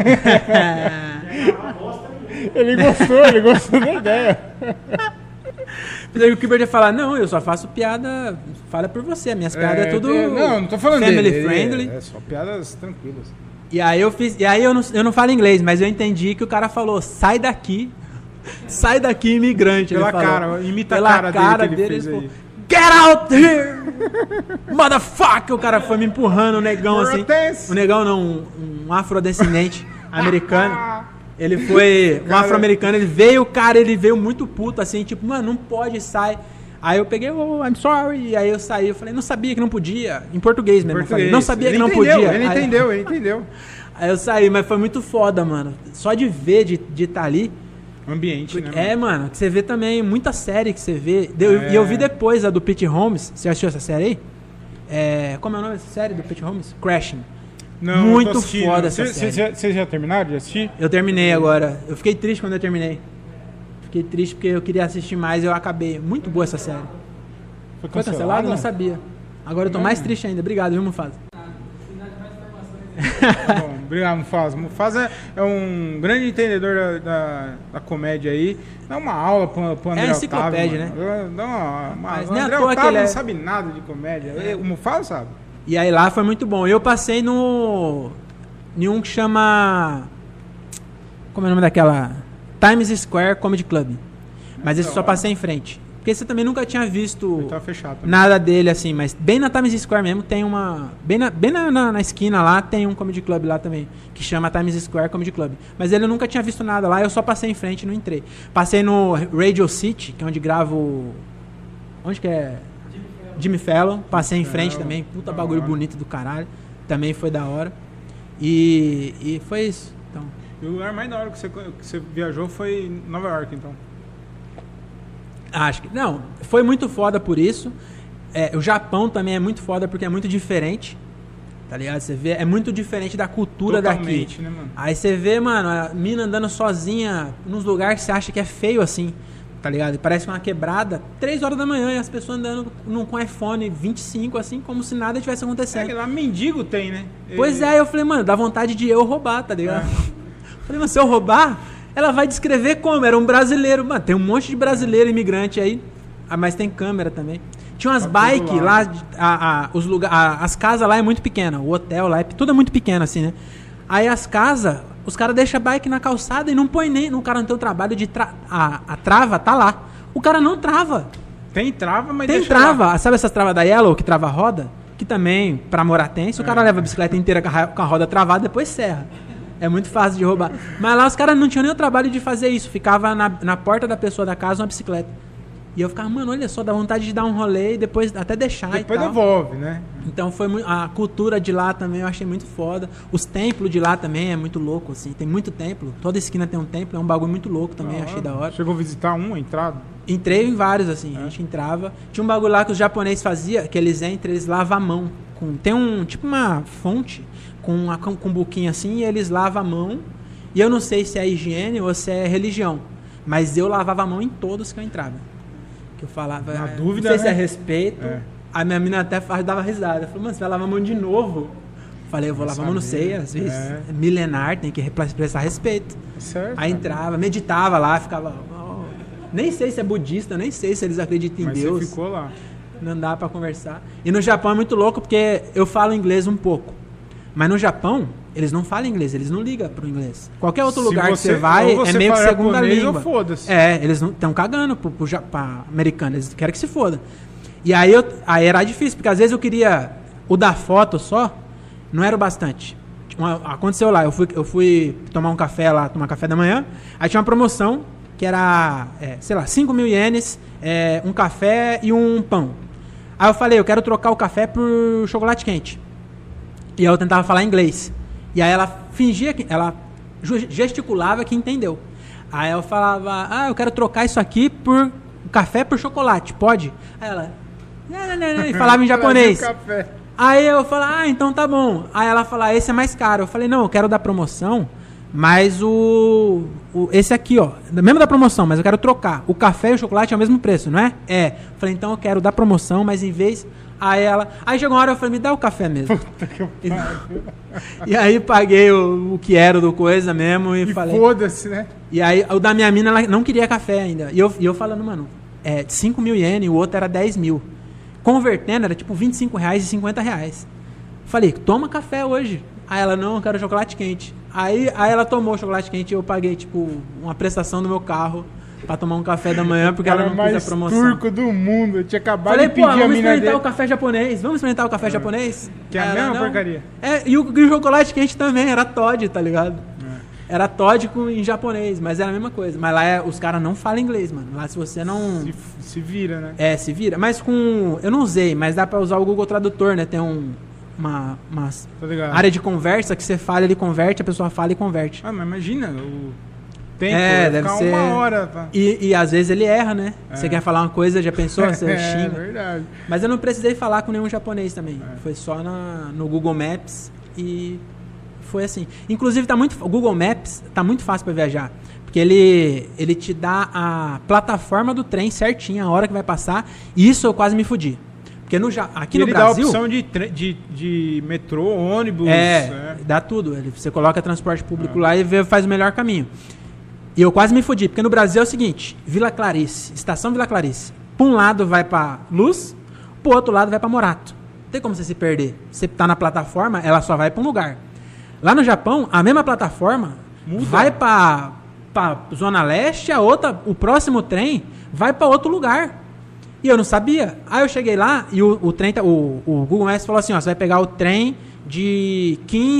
Ele gostou da ideia. Aí o Gilbert ia falar, não, eu só faço piada, fala por você, minhas piadas é tudo não tô falando family dele, friendly. É só piadas tranquilas. E aí eu não falo inglês, mas eu entendi que o cara falou, sai daqui, imigrante. Pela ele cara, falou. imita a cara dele que ele fez falou, aí. Get out here! Motherfucker! O cara foi me empurrando, o negão assim. O negão não, um afrodescendente americano. Ele foi um afro-americano, ele veio muito puto assim, tipo, mano, não pode, sai. Aí eu peguei, I'm sorry, e aí eu saí, eu falei, não sabia que não podia, em português mesmo, eu falei, não sabia que não podia. Ele entendeu. Aí eu saí, mas foi muito foda, mano. Só de ver, de estar ali. Ambiente, né? Mano, que você vê também, muita série que você vê. E eu vi depois a do Pete Holmes, você assistiu essa série aí? Como é o nome dessa série do Pete Holmes? Crashing. Não, muito foda essa série. Vocês já terminaram de assistir? Eu terminei agora. Eu fiquei triste quando eu terminei. Fiquei triste porque eu queria assistir mais e eu acabei. Muito boa essa série. Foi cancelado? Eu não sabia. Agora eu tô mais triste ainda. Obrigado, viu, Mufasa? Tá bom, obrigado, Mufasa. Mufasa é um grande entendedor da comédia aí. Dá uma aula pro André enciclopédia, Otávio, né? Dá uma Mas o nem André à toa que Otávio ele não sabe nada de comédia. O Mufasa sabe. E aí lá foi muito bom. Eu passei em um que chama... Como é o nome daquela? Times Square Comedy Club. Mas esse só passei em frente. Porque você também nunca tinha visto nada dele, assim. Mas bem na Times Square mesmo tem uma... Bem na esquina lá tem um comedy club lá também. Que chama Times Square Comedy Club. Mas ele nunca tinha visto nada lá. Eu só passei em frente e não entrei. Passei no Radio City, que é onde gravo... Onde que é? Jimmy Fallon. Passei em frente também. Puta bagulho bonito do caralho. Também foi da hora. E foi isso. Então... E o lugar mais da hora que você viajou foi Nova York, então? Acho que... Não, foi muito foda por isso. O Japão também é muito foda porque é muito diferente. Tá ligado? Você vê, é muito diferente da cultura totalmente, daqui. Né, mano? Aí você vê, mano, a mina andando sozinha nos lugares que você acha que é feio assim. Tá ligado? Parece uma quebrada, 3 horas da manhã e as pessoas andando com iPhone 25, assim, como se nada tivesse acontecendo. Lá mendigo tem, né? Pois é, eu falei, mano, dá vontade de eu roubar, tá ligado? Falei, mas se eu roubar, ela vai descrever como? Era um brasileiro. Mano, tem um monte de brasileiro imigrante aí. Mas tem câmera também. Tinha umas bikes lá, as casas lá é muito pequena. O hotel lá, tudo é muito pequeno assim, né? Aí as casas, os caras deixam a bike na calçada e não põe nem... O cara não tem o trabalho de... A trava tá lá. O cara não trava. Tem trava, mas tem trava. Lá. Sabe essas travas da Yellow que trava a roda? Que também, pra Moratense, o cara leva a bicicleta inteira com a roda travada e depois serra. É muito fácil de roubar. Mas lá os caras não tinham nem o trabalho de fazer isso. Ficava na porta da pessoa da casa uma bicicleta. E eu ficava, mano, olha só, dá vontade de dar um rolê e depois até deixar depois e tal. devolve, né? Então foi a cultura de lá também eu achei muito foda. Os templos de lá também é muito louco, assim. Tem muito templo. Toda esquina tem um templo. É um bagulho muito louco também, achei da hora. Chegou a visitar entrado? Entrei em vários, assim. A gente entrava. Tinha um bagulho lá que os japoneses faziam, que eles entram, eles lavam a mão. Tem tipo uma fonte com um buquinho assim e eles lavam a mão. E eu não sei se é higiene ou se é religião. Mas eu lavava a mão em todos que eu entrava. Que eu falava, na dúvida, não sei né? se é respeito. A minha mina até dava risada. Falou, mano, você vai lavar a mão de novo? Falei, eu vou lavar a mão, não sei, às vezes é milenar, tem que prestar respeito. Certo. Aí entrava, meditava lá, ficava... nem sei se é budista, nem sei se eles acreditam em Deus. Você ficou lá. Não dá pra conversar. E no Japão é muito louco porque eu falo inglês um pouco. Mas no Japão, Eles não falam inglês, eles não ligam pro inglês. Qualquer outro Se lugar que você- você vai, ou é você meio que fala segunda japonês ou língua. foda-se. É, eles não estão cagando pra americano, eles querem que se foda. E aí, aí era difícil, porque às vezes eu queria o da foto só, não era o bastante. Aconteceu lá, eu fui tomar um café lá, tomar café da manhã, aí tinha uma promoção que era, sei lá, 5.000 ienes, um café e um pão. Aí eu falei, eu quero trocar o café por chocolate quente. E aí eu tentava falar inglês. E aí ela fingia que, ela gesticulava que entendeu. Aí eu falava, eu quero trocar isso aqui por café por chocolate, pode? Aí ela, não, e falava em japonês. Café. Aí eu falei, então tá bom. Aí ela falou, esse é mais caro. Eu falei, não, eu quero da promoção, mas esse aqui, ó, mesmo da promoção, mas eu quero trocar. O café e o chocolate é o mesmo preço, não é? É. Eu falei, então eu quero da promoção, mas em vez... Aí chegou uma hora, eu falei, me dá o café mesmo. Puta que pariu. E aí paguei o que era do coisa mesmo e falei... Foda-se, né? E aí o da minha mina, ela não queria café ainda. E eu falando, mano, 5.000 ienes, o outro era 10.000. Convertendo, era tipo R$25 e R$50. Falei, toma café hoje. Aí ela, não, eu quero chocolate quente. Aí ela tomou o chocolate quente e eu paguei, tipo, uma prestação do meu carro pra tomar um café da manhã, porque ela não quis a promoção. Turco do mundo. Eu tinha acabado Falei, de pedir a vamos mina experimentar dele. o café japonês. Vamos experimentar o café japonês? Que é a Aí mesma ela, não. porcaria. E o chocolate quente também, era Todd, tá ligado? Era Todd em japonês, mas era a mesma coisa. Mas lá os caras não falam inglês, mano. Lá se você não... Se vira, né? Se vira. Mas eu não usei, mas dá pra usar o Google Tradutor, né? Tem uma Tô ligado. área de conversa que você fala, ele converte, a pessoa fala e converte. Mas imagina, o tempo Deve ficar ser... 1 hora. Tá? E às vezes ele erra, né? Você quer falar uma coisa, já pensou? Você É xinga. verdade. Mas eu não precisei falar com nenhum japonês também. Foi só no Google Maps e foi assim. Inclusive, o Google Maps tá muito fácil para viajar. Porque ele te dá a plataforma do trem certinha, a hora que vai passar. E isso eu quase me fudi. Porque aqui no Brasil... Ele dá a opção de metrô, ônibus. Dá tudo. Você coloca transporte público lá e faz o melhor caminho. E eu quase me fudi. Porque no Brasil é o seguinte. Vila Clarice, estação Vila Clarice. Pra um lado vai pra Luz, pro outro lado vai pra Morato. Não tem como você se perder. Você tá na plataforma, ela só vai pra um lugar. Lá no Japão, a mesma plataforma vai pra Zona Leste, o próximo trem vai pra outro lugar. E eu não sabia. Aí eu cheguei lá e o Google Maps falou assim, ó, você vai pegar o trem de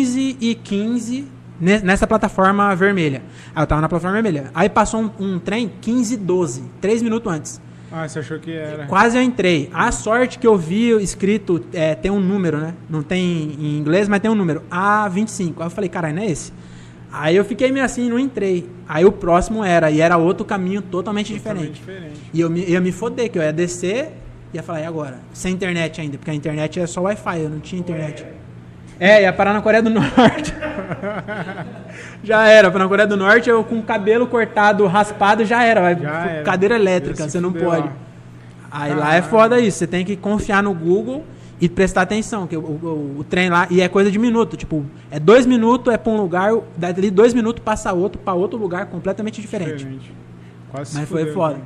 15h15 nessa plataforma vermelha. Aí eu tava na plataforma vermelha. Aí passou um trem 15h12, 3 minutos antes. Você achou que era? Quase eu entrei. A sorte que eu vi escrito, tem um número, né? Não tem em inglês, mas tem um número. A25. Aí eu falei, caralho, não é esse? Aí eu fiquei meio assim, não entrei. Aí o próximo e era outro caminho totalmente diferente. E eu ia me foder, que eu ia descer e ia falar, e agora? Sem internet ainda, porque a internet é só Wi-Fi, eu não tinha internet. Ia parar na Coreia do Norte. Já era, na Coreia do Norte, eu com o cabelo cortado, raspado, já era. Cadeira elétrica, você não pode. Aí lá é foda isso, você tem que confiar no Google e prestar atenção, que o trem lá, e é coisa de minuto, tipo, 2 minutos pra um lugar, dali 2 minutos passa pra outro lugar completamente diferente. Quase. Mas foi foda.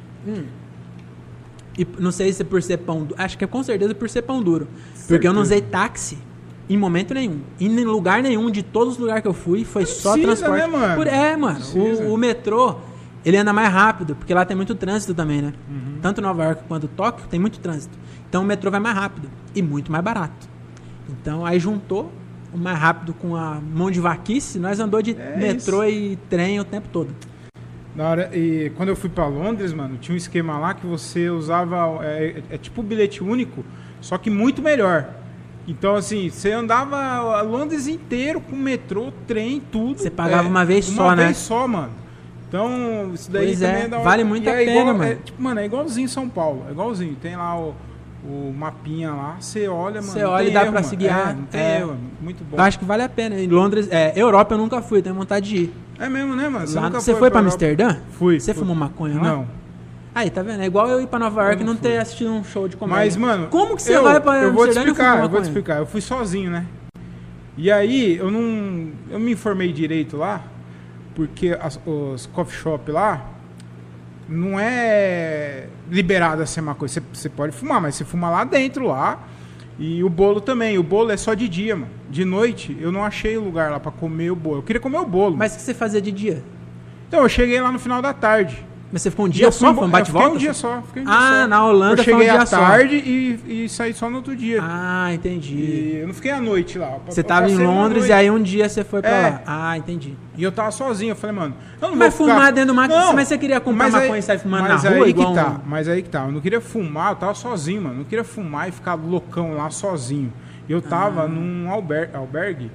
E não sei se por ser pão duro, acho que é com certeza por ser pão duro, porque eu não usei táxi em momento nenhum, em lugar nenhum, de todos os lugares que eu fui, foi só transporte. Né, mano? Mano, o metrô, ele anda mais rápido, porque lá tem muito trânsito também, né? Tanto Nova York quanto Tóquio tem muito trânsito. Então o metrô vai mais rápido e muito mais barato. Então aí juntou o mais rápido com a mão de vaquice, nós andou de metrô e trem o tempo todo. E quando eu fui pra Londres, mano, tinha um esquema lá que você usava, tipo um bilhete único, só que muito melhor. Então, assim, você andava a Londres inteiro com metrô, trem, tudo. Você pagava uma vez só, né? Uma vez só, mano. Então, isso daí também é da hora. Vale muito a pena, mano. Mano, é igualzinho São Paulo. É igualzinho. Tem lá o mapinha lá. Você olha, mano. Você olha e dá pra se guiar. Não tem erro, muito bom. Eu acho que vale a pena. Em Londres, Europa eu nunca fui, tenho vontade de ir. É mesmo, né, mano? Você foi pra Amsterdã? Fui. Você fumou maconha lá? Não. Aí, tá vendo? É igual eu ir pra Nova York e não ter assistido um show de comédia. Mas, mano... Como que você vai pra Amsterdã e fumar Eu vou te explicar. Eu fui sozinho, né? E aí, eu me informei direito lá, porque os coffee shop lá não é liberado a ser maconha. Você pode fumar, mas você fuma lá dentro, lá. E o bolo também. O bolo é só de dia, mano. De noite, eu não achei lugar lá pra comer o bolo. Eu queria comer o bolo. Mas o que você fazia de dia? Então, eu cheguei lá no final da tarde. Mas você ficou um dia só? Foi um bate-volta? Fiquei um dia só. Na Holanda eu cheguei foi um dia à tarde e saí só no outro dia. Ah, entendi. E eu não fiquei à noite lá. Você tava em Londres e aí um dia você foi pra lá. Ah, entendi. E eu tava sozinho. Eu falei, mano, eu não mas vou fumar ficar... dentro do mato, mas você queria comprar maconha e sair fumando na rua? Mas aí que tá. Eu não queria fumar, eu tava sozinho, mano. Eu não queria fumar e ficar loucão lá sozinho. Eu tava num albergue.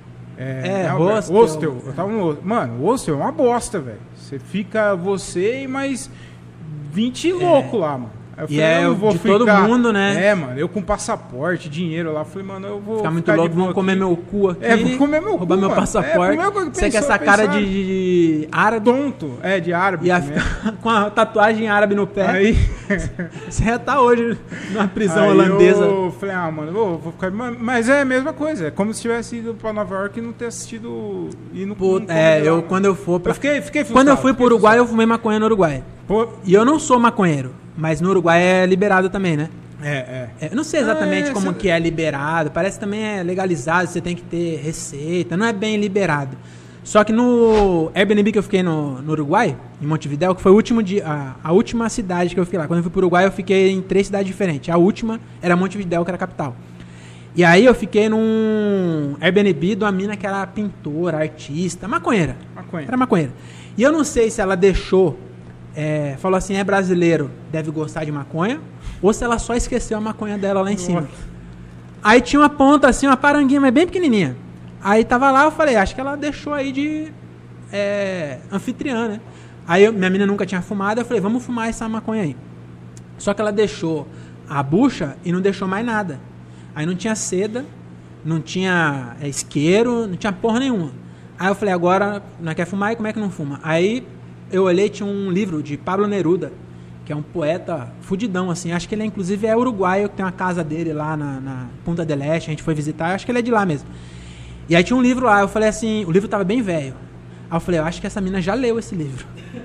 Hostel. Eu tava no... Mano, o hostel é uma bosta, velho. Você fica você e mais 20 loucos lá, mano. Eu falei, eu vou ficar... todo mundo, né? Mano, eu com passaporte, dinheiro lá. Falei, mano, eu vou ficar muito louco, vão comer meu cu aqui. Vou comer meu cu, roubar meu passaporte. Você quer essa cara de árabe? Tonto, de árabe. Ia ficar com a tatuagem árabe no pé. Aí... Você ia estar hoje numa prisão holandesa. Eu falei, mano, vou ficar... Mas é a mesma coisa. É como se tivesse ido pra Nova York e não ter assistido... Quando eu for pra... Eu fiquei frustrado. Quando eu fui pro Uruguai, eu fumei maconha no Uruguai. E eu não sou maconheiro. Mas no Uruguai é liberado também, né? Eu não sei exatamente como que é liberado. Parece que também é legalizado, você tem que ter receita. Não é bem liberado. Só que no Airbnb que eu fiquei no Uruguai, em Montevidéu, que foi o último dia, a última cidade que eu fiquei lá. Quando eu fui pro Uruguai, eu fiquei em 3 cidades diferentes. A última era Montevidéu, que era a capital. E aí eu fiquei num Airbnb de uma mina que era pintora, artista, maconheira. Era maconheira. E eu não sei se ela deixou... falou assim, é brasileiro, deve gostar de maconha, ou se ela só esqueceu a maconha dela lá em cima. Aí tinha uma ponta assim, uma paranguinha, mas bem pequenininha. Aí tava lá, eu falei, acho que ela deixou aí de anfitriã, né? Aí minha menina nunca tinha fumado, eu falei, vamos fumar essa maconha aí. Só que ela deixou a bucha e não deixou mais nada. Aí não tinha seda, não tinha isqueiro, não tinha porra nenhuma. Aí eu falei, agora não quer fumar e como é que não fuma? Aí eu olhei, tinha um livro de Pablo Neruda, que é um poeta fudidão, assim. Acho que ele, inclusive, é uruguaio, que tem uma casa dele lá na Punta del Este. A gente foi visitar, acho que ele é de lá mesmo. E aí tinha um livro lá, eu falei assim, o livro tava bem velho. Aí eu falei, eu acho que essa mina já leu esse livro.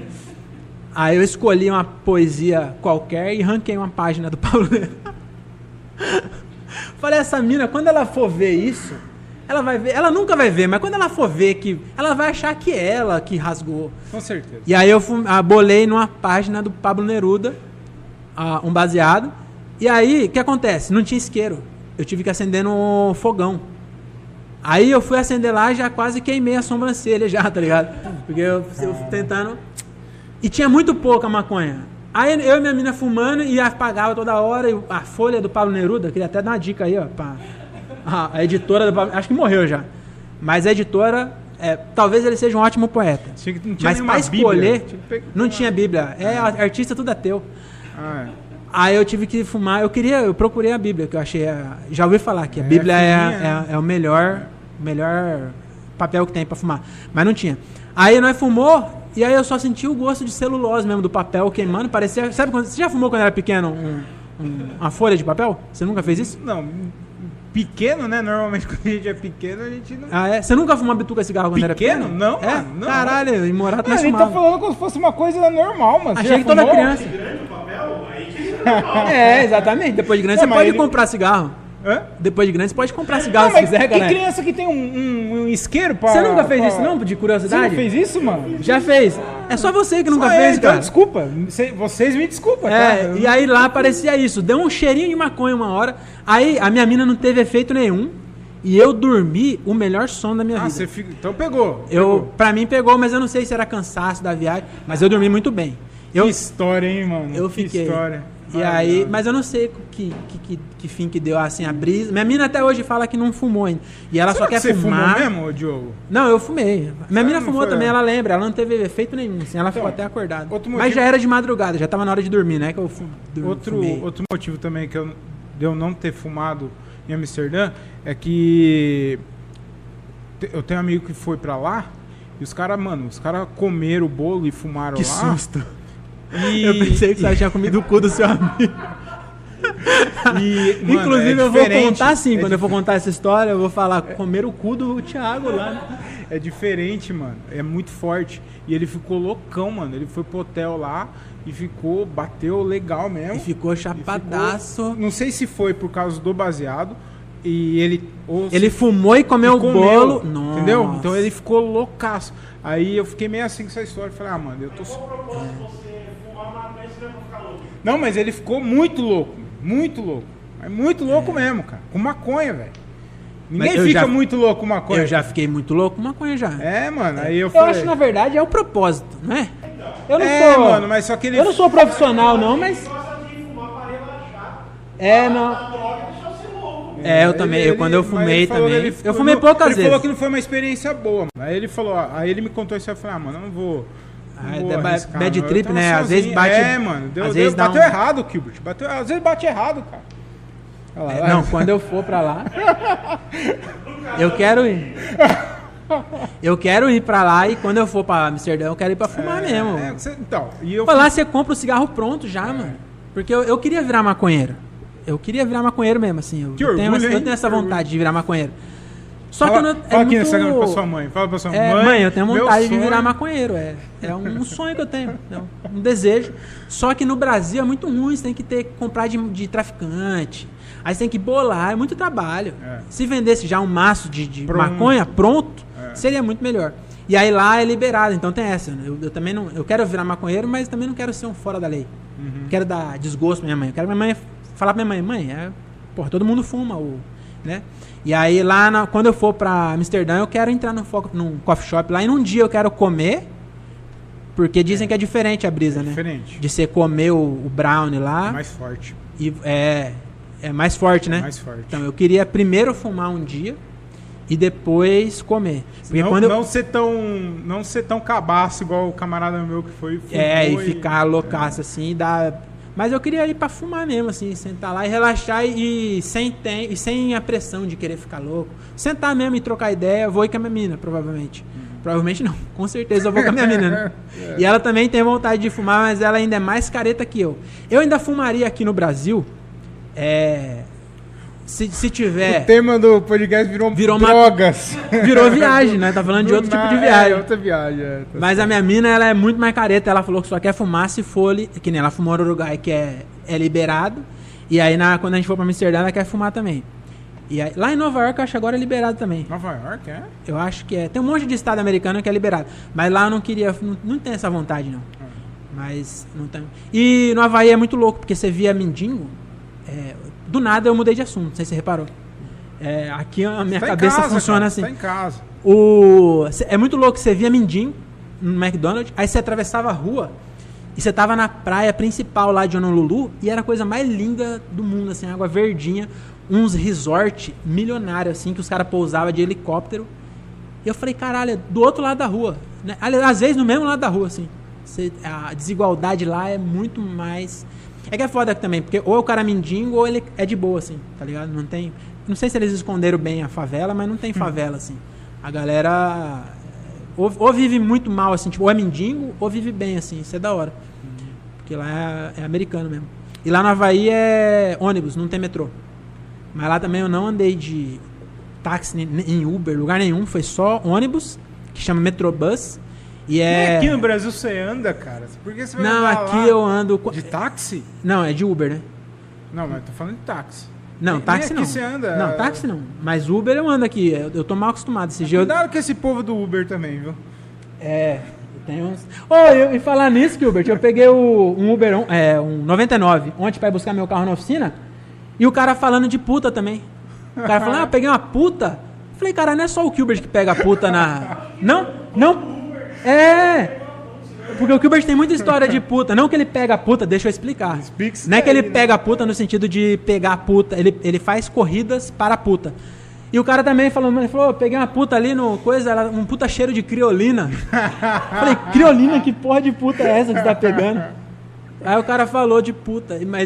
Aí eu escolhi uma poesia qualquer e ranquei uma página do Pablo Neruda. Falei, essa mina, quando ela for ver isso... Ela nunca vai ver, mas quando ela for ver, ela vai achar que é ela que rasgou. Com certeza. E aí eu bolei numa página do Pablo Neruda, um baseado. E aí, o que acontece? Não tinha isqueiro. Eu tive que acender no fogão. Aí eu fui acender lá e já quase queimei a sobrancelha já, tá ligado? Porque eu tentando... E tinha muito pouca maconha. Aí eu e minha mina fumando e apagava toda hora. E a folha do Pablo Neruda, queria até dar uma dica aí, ó, pra... A editora do Pablo, acho que morreu já. Mas a editora, talvez ele seja um ótimo poeta. Mas para escolher, não tinha Bíblia. Artista tudo ateu. Aí eu tive que fumar. Eu procurei a Bíblia, que eu achei. Já ouvi falar que a Bíblia é o melhor papel que tem para fumar. Mas não tinha. Aí nós fumou, e aí eu só senti o gosto de celulose mesmo do papel queimando. Parecia. Sabe quando você já fumou quando era pequeno uma folha de papel? Você nunca fez isso? Não. Pequeno, né? Normalmente quando a gente é pequeno, a gente não... Você nunca fumou bituca cigarro quando era pequeno? Não, mano. Não. Caralho, em Morato nós fumava. A gente tá falando como se fosse uma coisa normal, mano. Achei que toda criança... exatamente. Depois de grande você pode comprar cigarro. Depois de grande você pode comprar cigarro se quiser, galera. Que criança que tem um isqueiro pra... Você nunca fez isso não, de curiosidade? Você não fez isso, mano? Já fez. É só você que nunca fez, então, cara. Desculpa. Vocês me desculpam, cara. E aí lá parecia isso. Deu um cheirinho de maconha uma hora. Aí a minha mina não teve efeito nenhum. E eu dormi o melhor sono da minha vida. Então pegou. Pra mim pegou, mas eu não sei se era cansaço da viagem. Mas eu dormi muito bem. Que história, hein, mano? Eu fiquei. Que história. E aí, mas eu não sei que fim que deu assim a brisa. Minha mina até hoje fala que não fumou ainda. E ela só quer fumar. Você fumou mesmo, Diogo? Não, eu fumei. Minha mina fumou também, ela lembra. Ela não teve efeito nenhum, assim. Ela ficou até acordada. Mas já era de madrugada, já tava na hora de dormir, né? Que eu fumei. Outro motivo também de eu não ter fumado em Amsterdã é que eu tenho um amigo que foi pra lá e os caras comeram o bolo e fumaram lá. Que susto. Eu pensei que você tinha comido o cu do seu amigo. Inclusive, eu vou contar assim, quando eu for contar essa história, eu vou falar, comer o cu do Thiago lá. É diferente, mano. É muito forte. E ele ficou loucão, mano. Ele foi pro hotel lá e bateu legal mesmo. E ficou chapadaço. Não sei se foi por causa do baseado. E ele fumou e comeu o bolo. Nossa. Entendeu? Então ele ficou loucaço. Aí eu fiquei meio assim com essa história. Falei, mano, eu tô... Não, mas ele ficou muito louco. Muito louco. É muito louco mesmo, cara. Com maconha, velho. Ninguém fica muito louco com maconha. Eu já fiquei muito louco com maconha já. É, mano. Aí eu falei... Eu acho, na verdade, é o propósito, não é? Eu não sou... mano, mas só que ele... Eu não sou profissional, não, mas... não... eu também. Quando eu fumei também. Eu fumei poucas vezes. Ele falou que não foi uma experiência boa. Aí ele falou, aí ele me contou isso. Eu falei, mano, eu não vou. Arriscar, bad não. Trip, né? Às vezes bate. Mano. Bateu errado, Gilbert. Às vezes bate errado, cara. Não, quando eu for pra lá. Eu quero ir. Eu quero ir pra lá e quando eu for pra Amsterdã, eu quero ir pra fumar mesmo. Então, lá você compra o cigarro pronto já, mano. Porque eu queria virar maconheiro. Eu queria virar maconheiro mesmo, assim. Eu tenho essa vontade de virar maconheiro. Só que eu não. Fala aqui nessa câmera pra sua mãe. Fala pra sua mãe. Mãe, eu tenho vontade de virar maconheiro. É um sonho que eu tenho. Um desejo. Só que no Brasil é muito ruim. Você tem que comprar de traficante. Aí você tem que bolar. É muito trabalho. Se vendesse já um maço de maconha pronto, seria muito melhor. E aí lá é liberado. Então tem essa. Eu também não. Eu quero virar maconheiro, mas também não quero ser um fora da lei. Não quero dar desgosto pra minha mãe. Eu quero minha mãe. Falar pra minha mãe, todo mundo fuma, né? E aí lá, quando eu for pra Amsterdã, eu quero entrar num coffee shop lá e num dia eu quero comer, porque dizem que é diferente a brisa, né? Diferente. De você comer o brownie lá. Mais forte. E é mais forte, né? Mais forte. Então eu queria primeiro fumar um dia e depois comer. Porque não ser tão cabaço igual o camarada meu que foi. E ficar loucaço assim e dar... Mas eu queria ir pra fumar mesmo, assim, sentar lá e relaxar e sem a pressão de querer ficar louco. Sentar mesmo e trocar ideia, vou ir com a minha mina, provavelmente. Provavelmente não, com certeza eu vou com a minha mina, né? E ela também tem vontade de fumar, mas ela ainda é mais careta que eu. Eu ainda fumaria aqui no Brasil, se tiver... O tema do podcast virou drogas. Virou viagem, né? Tá falando de outro tipo de viagem. Outra viagem. Mas a minha mina, ela é muito mais careta. Ela falou que só quer fumar se for... Que nem ela fumou no Uruguai, que é liberado. E aí, quando a gente for pra Amsterdã, ela quer fumar também. E aí, lá em Nova York, eu acho que agora é liberado também. Nova York, é? Eu acho que é. Tem um monte de estado americano que é liberado. Mas lá eu não queria... Não tem essa vontade, não. Mas não tem... E no Havaí é muito louco, porque você via mendigo... Do nada eu mudei de assunto, não sei se você reparou. Aqui a minha cabeça funciona assim. Tá em casa. É muito louco, você via mendigo no McDonald's, aí você atravessava a rua e você tava na praia principal lá de Honolulu e era a coisa mais linda do mundo, assim, água verdinha, uns resort milionários, assim, que os caras pousavam de helicóptero. E eu falei, caralho, é do outro lado da rua. Né? Às vezes no mesmo lado da rua, assim. A desigualdade lá é muito mais... É que é foda também, porque ou é o cara mendigo ou ele é de boa, assim, tá ligado? Não tem... Não sei se eles esconderam bem a favela, mas não tem favela, assim. A galera ou vive muito mal, assim, tipo, ou é mendigo ou vive bem, assim. Isso é da hora. Porque lá é americano mesmo. E lá no Havaí é ônibus, não tem metrô. Mas lá também eu não andei de táxi em Uber, lugar nenhum. Foi só ônibus, que chama Metrobus. E aqui no Brasil você anda, cara? Por que você vai Não, aqui lá? Eu ando... De táxi? Não, é de Uber, né? Não, mas eu tô falando de táxi. Não, táxi não. Você anda... Não, táxi não. Mas Uber eu ando aqui. Eu tô mal acostumado. Cuidado com esse povo do Uber também, viu? Tem uns... E falar nisso, Gilbert, eu peguei um Uber, um 99, ontem pra ir buscar meu carro na oficina, e o cara falando de puta também. O cara falando, eu peguei uma puta. Eu falei, cara, não é só o Gilbert que pega puta na... Não. Porque o Gilbert tem muita história de puta. Não que ele pega puta, deixa eu explicar. Não é que ele pega puta no sentido de pegar puta. Ele faz corridas para puta. E o cara também falou, peguei uma puta ali no coisa, um puta cheiro de criolina. Falei, criolina, que porra de puta é essa que você tá pegando? Aí o cara falou de puta, mas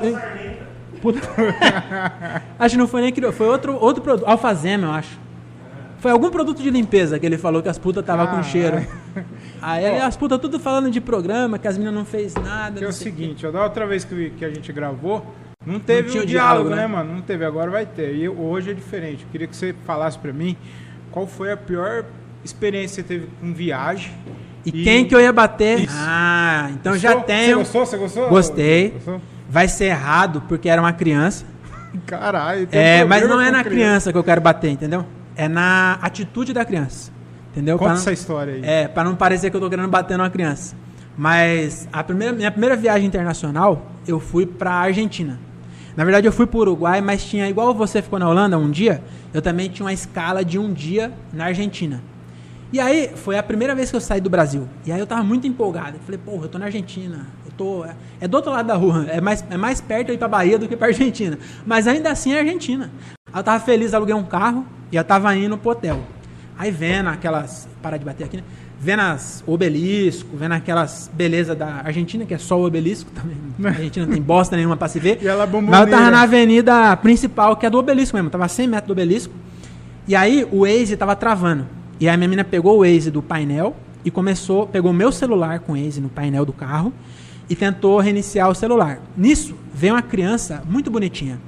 puta. Acho que não foi nem criolina, foi outro produto, alfazema, eu acho. Foi algum produto de limpeza que ele falou que as putas estavam com cheiro. Aí as putas tudo falando de programa, que as meninas não fez nada. Que é o seguinte, da outra vez que a gente gravou, não teve o diálogo, né, mano? Não teve, agora vai ter. E hoje é diferente. Eu queria que você falasse pra mim qual foi a pior experiência que você teve com viagem E quem que eu ia bater? Isso. Ah, então Gostou? já tenho. Você gostou? Gostei. Gostou? Vai ser errado porque era uma criança. Caralho. Mas não é na criança que eu quero bater, entendeu? É na atitude da criança. Entendeu? Conta essa história aí. Pra não parecer que eu tô querendo bater numa criança. Mas minha primeira viagem internacional, eu fui pra Argentina. Na verdade, eu fui pro Uruguai, mas tinha, igual você ficou na Holanda um dia, eu também tinha uma escala de um dia na Argentina. E aí, foi a primeira vez que eu saí do Brasil. E aí eu tava muito empolgado. Eu falei, porra, eu tô na Argentina. É do outro lado da rua. É mais perto eu ir pra Bahia do que pra Argentina. Mas ainda assim é Argentina. Aí eu tava feliz, aluguei um carro e eu tava indo pro hotel. Aí vendo aquelas... Para de bater aqui, né? Vendo as obelisco, vendo aquelas belezas da Argentina, que é só o obelisco também. A Argentina não tem bosta nenhuma pra se ver. E ela mas eu tava na avenida principal, que é do obelisco mesmo. Eu tava a 100 metros do obelisco. E aí o Waze tava travando. E aí a minha menina pegou o Waze do painel e pegou o meu celular com o Waze no painel do carro e tentou reiniciar o celular. Nisso, veio uma criança muito bonitinha.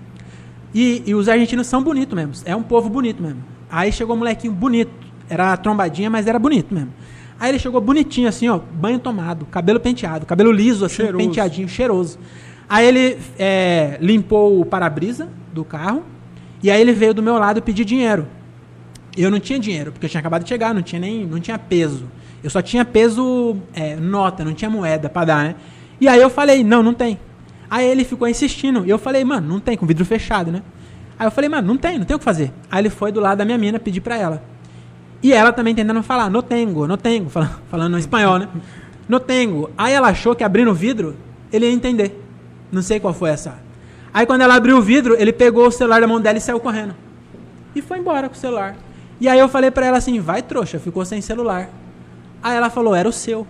E os argentinos são bonitos mesmo. É um povo bonito mesmo. Aí chegou um molequinho bonito. Era trombadinha, mas era bonito mesmo. Aí ele chegou bonitinho assim, ó, banho tomado, cabelo penteado, cabelo liso assim, cheiroso. Penteadinho, cheiroso. Aí ele limpou o para-brisa do carro e aí ele veio do meu lado pedir dinheiro. Eu não tinha dinheiro, porque eu tinha acabado de chegar, não tinha peso. Eu só tinha peso, nota, não tinha moeda pra dar, né? E aí eu falei, não tem. Aí ele ficou insistindo, e eu falei, mano, não tem, com vidro fechado, né? Aí eu falei, mano, não tem o que fazer. Aí ele foi do lado da minha mina pedir pra ela. E ela também tentando falar, no tengo, falando em espanhol, né? No tengo. Aí ela achou que abrindo o vidro, ele ia entender. Não sei qual foi essa. Aí quando ela abriu o vidro, ele pegou o celular da mão dela e saiu correndo. E foi embora com o celular. E aí eu falei pra ela assim, vai trouxa, ficou sem celular. Aí ela falou, era o seu.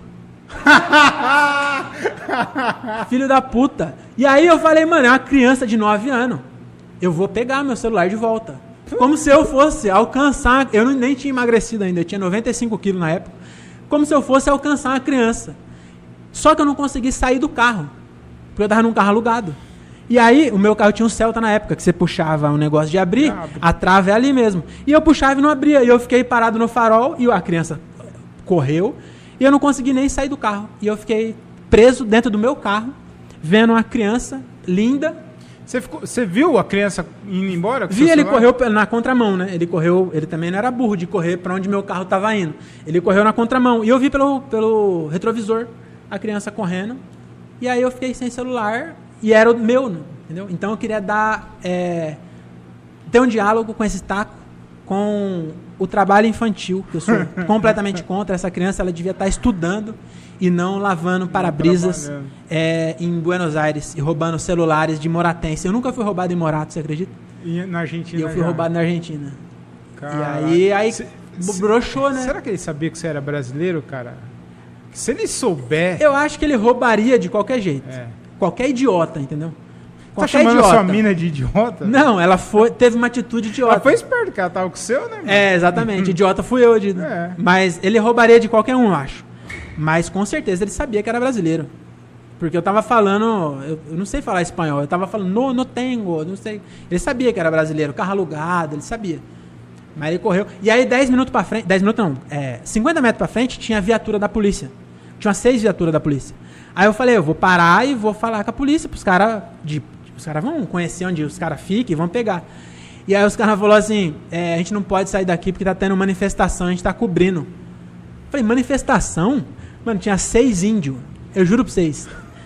Filho da puta. E aí eu falei, mano, é uma criança de 9 anos. Eu vou pegar meu celular de volta. Como se eu fosse alcançar... Eu nem tinha emagrecido ainda, eu tinha 95 quilos na época. Como se eu fosse alcançar uma criança. Só que eu não consegui sair do carro. Porque eu tava num carro alugado. E aí, o meu carro tinha um Celta na época, que você puxava um negócio de abrir, a trava é ali mesmo. E eu puxava e não abria. E eu fiquei parado no farol, e a criança correu, e eu não consegui nem sair do carro. E eu fiquei preso dentro do meu carro, vendo uma criança linda. Você viu a criança indo embora? Vi, ele correu na contramão, né? Ele também não era burro de correr para onde meu carro estava indo. Ele correu na contramão. E eu vi pelo retrovisor a criança correndo. E aí eu fiquei sem celular. E era o meu, entendeu? Então eu queria ter um diálogo com esse taco, com o trabalho infantil, que eu sou completamente contra. Essa criança, ela devia estar estudando e não lavando para-brisas em Buenos Aires e roubando celulares de moratense. Eu nunca fui roubado em Morato, você acredita? E na Argentina? E eu fui roubado na Argentina. Caralho. E aí broxou, né? Será que ele sabia que você era brasileiro, cara? Se ele souber... Eu acho que ele roubaria de qualquer jeito. Qualquer idiota, entendeu? Tá chamando a sua mina de idiota? Não, ela teve uma atitude idiota. Ela foi esperta, porque ela tava com o seu, né? Mano? Exatamente. Idiota fui eu. Mas ele roubaria de qualquer um, eu acho. Mas com certeza ele sabia que era brasileiro. Porque eu tava falando... Eu não sei falar espanhol. Eu tava falando, no tengo, não sei. Ele sabia que era brasileiro. Carro alugado, ele sabia. Mas ele correu. E aí 10 minutos pra frente... 10 minutos não. 50 metros pra frente tinha a viatura da polícia. Tinha 6 viaturas da polícia. Aí eu falei, eu vou parar e vou falar com a polícia pros caras... Os caras vão conhecer onde os caras ficam e vão pegar. E aí os caras falaram assim, a gente não pode sair daqui porque tá tendo manifestação, a gente tá cobrindo. Eu falei, manifestação? Mano, tinha 6 índios. Eu juro pra vocês.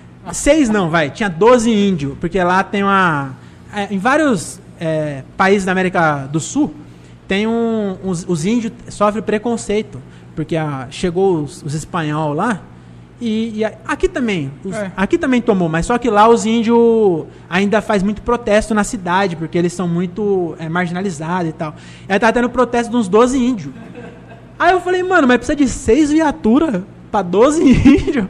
6 não, tinha 12 índios. Porque lá tem uma... em vários países da América do Sul, tem os índios sofrem preconceito. Porque chegou os espanhóis lá. E aqui também. Aqui também tomou, mas só que lá os índios ainda faz muito protesto na cidade, porque eles são muito marginalizados e tal. E aí tá tendo protesto de uns 12 índios. Aí eu falei, mano, mas precisa de 6 viaturas pra 12 índios?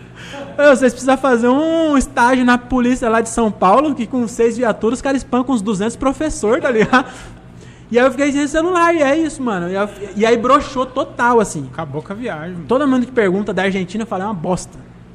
Vocês precisam fazer um estágio na polícia lá de São Paulo, que com 6 viaturas os caras espancam uns 200 professores, tá ligado? E aí eu fiquei sem celular, e é isso, mano. E aí broxou total, assim. Acabou com a viagem. Todo mundo que pergunta da Argentina, eu falo, é uma bosta.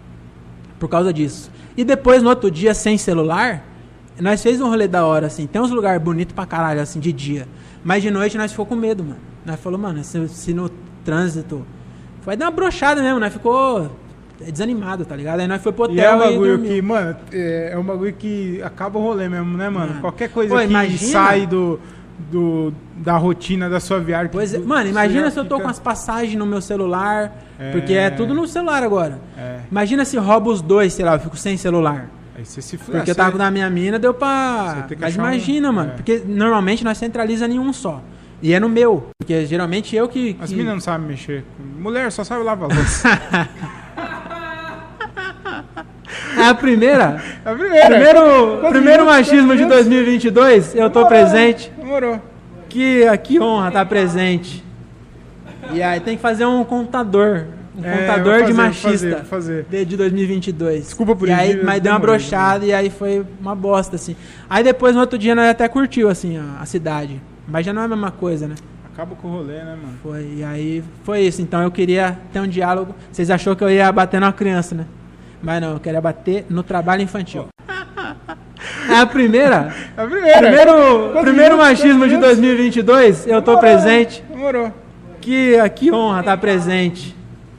Por causa disso. E depois, no outro dia, sem celular, nós fez um rolê da hora, assim. Tem uns lugares bonitos pra caralho, assim, de dia. Mas de noite nós ficou com medo, mano. Nós falou, mano, se no trânsito Foi dar uma brochada mesmo, né? Ficou desanimado, tá ligado? Aí nós foi pro hotel E é um bagulho dormiu. que, mano, é um bagulho que acaba o rolê mesmo, né, mano? Mano. Qualquer coisa Pô, que imagina. sai da rotina da sua viagem. Pois é, que mano, você imagina já se eu tô fica- com as passagens no meu celular, É. porque é tudo no celular agora. É. Imagina se rouba os dois, sei lá, eu fico sem celular. Aí você se Porque eu tava com a minha mina, deu pra... Você tem que Mas achar um- imagina, mano, é. porque normalmente nós centraliza em um só. E é no meu, porque geralmente eu que... As meninas não sabem mexer. Mulher só sabe lavar louça. É a primeira... A primeira. Primeiro machismo de 2022, eu tô presente. Demorou. Que honra estar presente. E aí tem que fazer um contador. Contador de machista. Vou fazer. De 2022. Desculpa por e aí, isso, mas deu uma demorei, brochada e aí foi uma bosta, assim. Aí depois, no outro dia, nós até curtiu, assim, a cidade. Mas já não é a mesma coisa, né? Acaba com o rolê, né, mano? Foi, e aí foi isso. Então eu queria ter um diálogo. Vocês achou que eu ia bater numa criança, né? Mas não, eu queria bater no trabalho infantil. É a primeira. A primeira. Primeiro machismo de 2022, eu tô presente. Demorou. Que honra estar presente.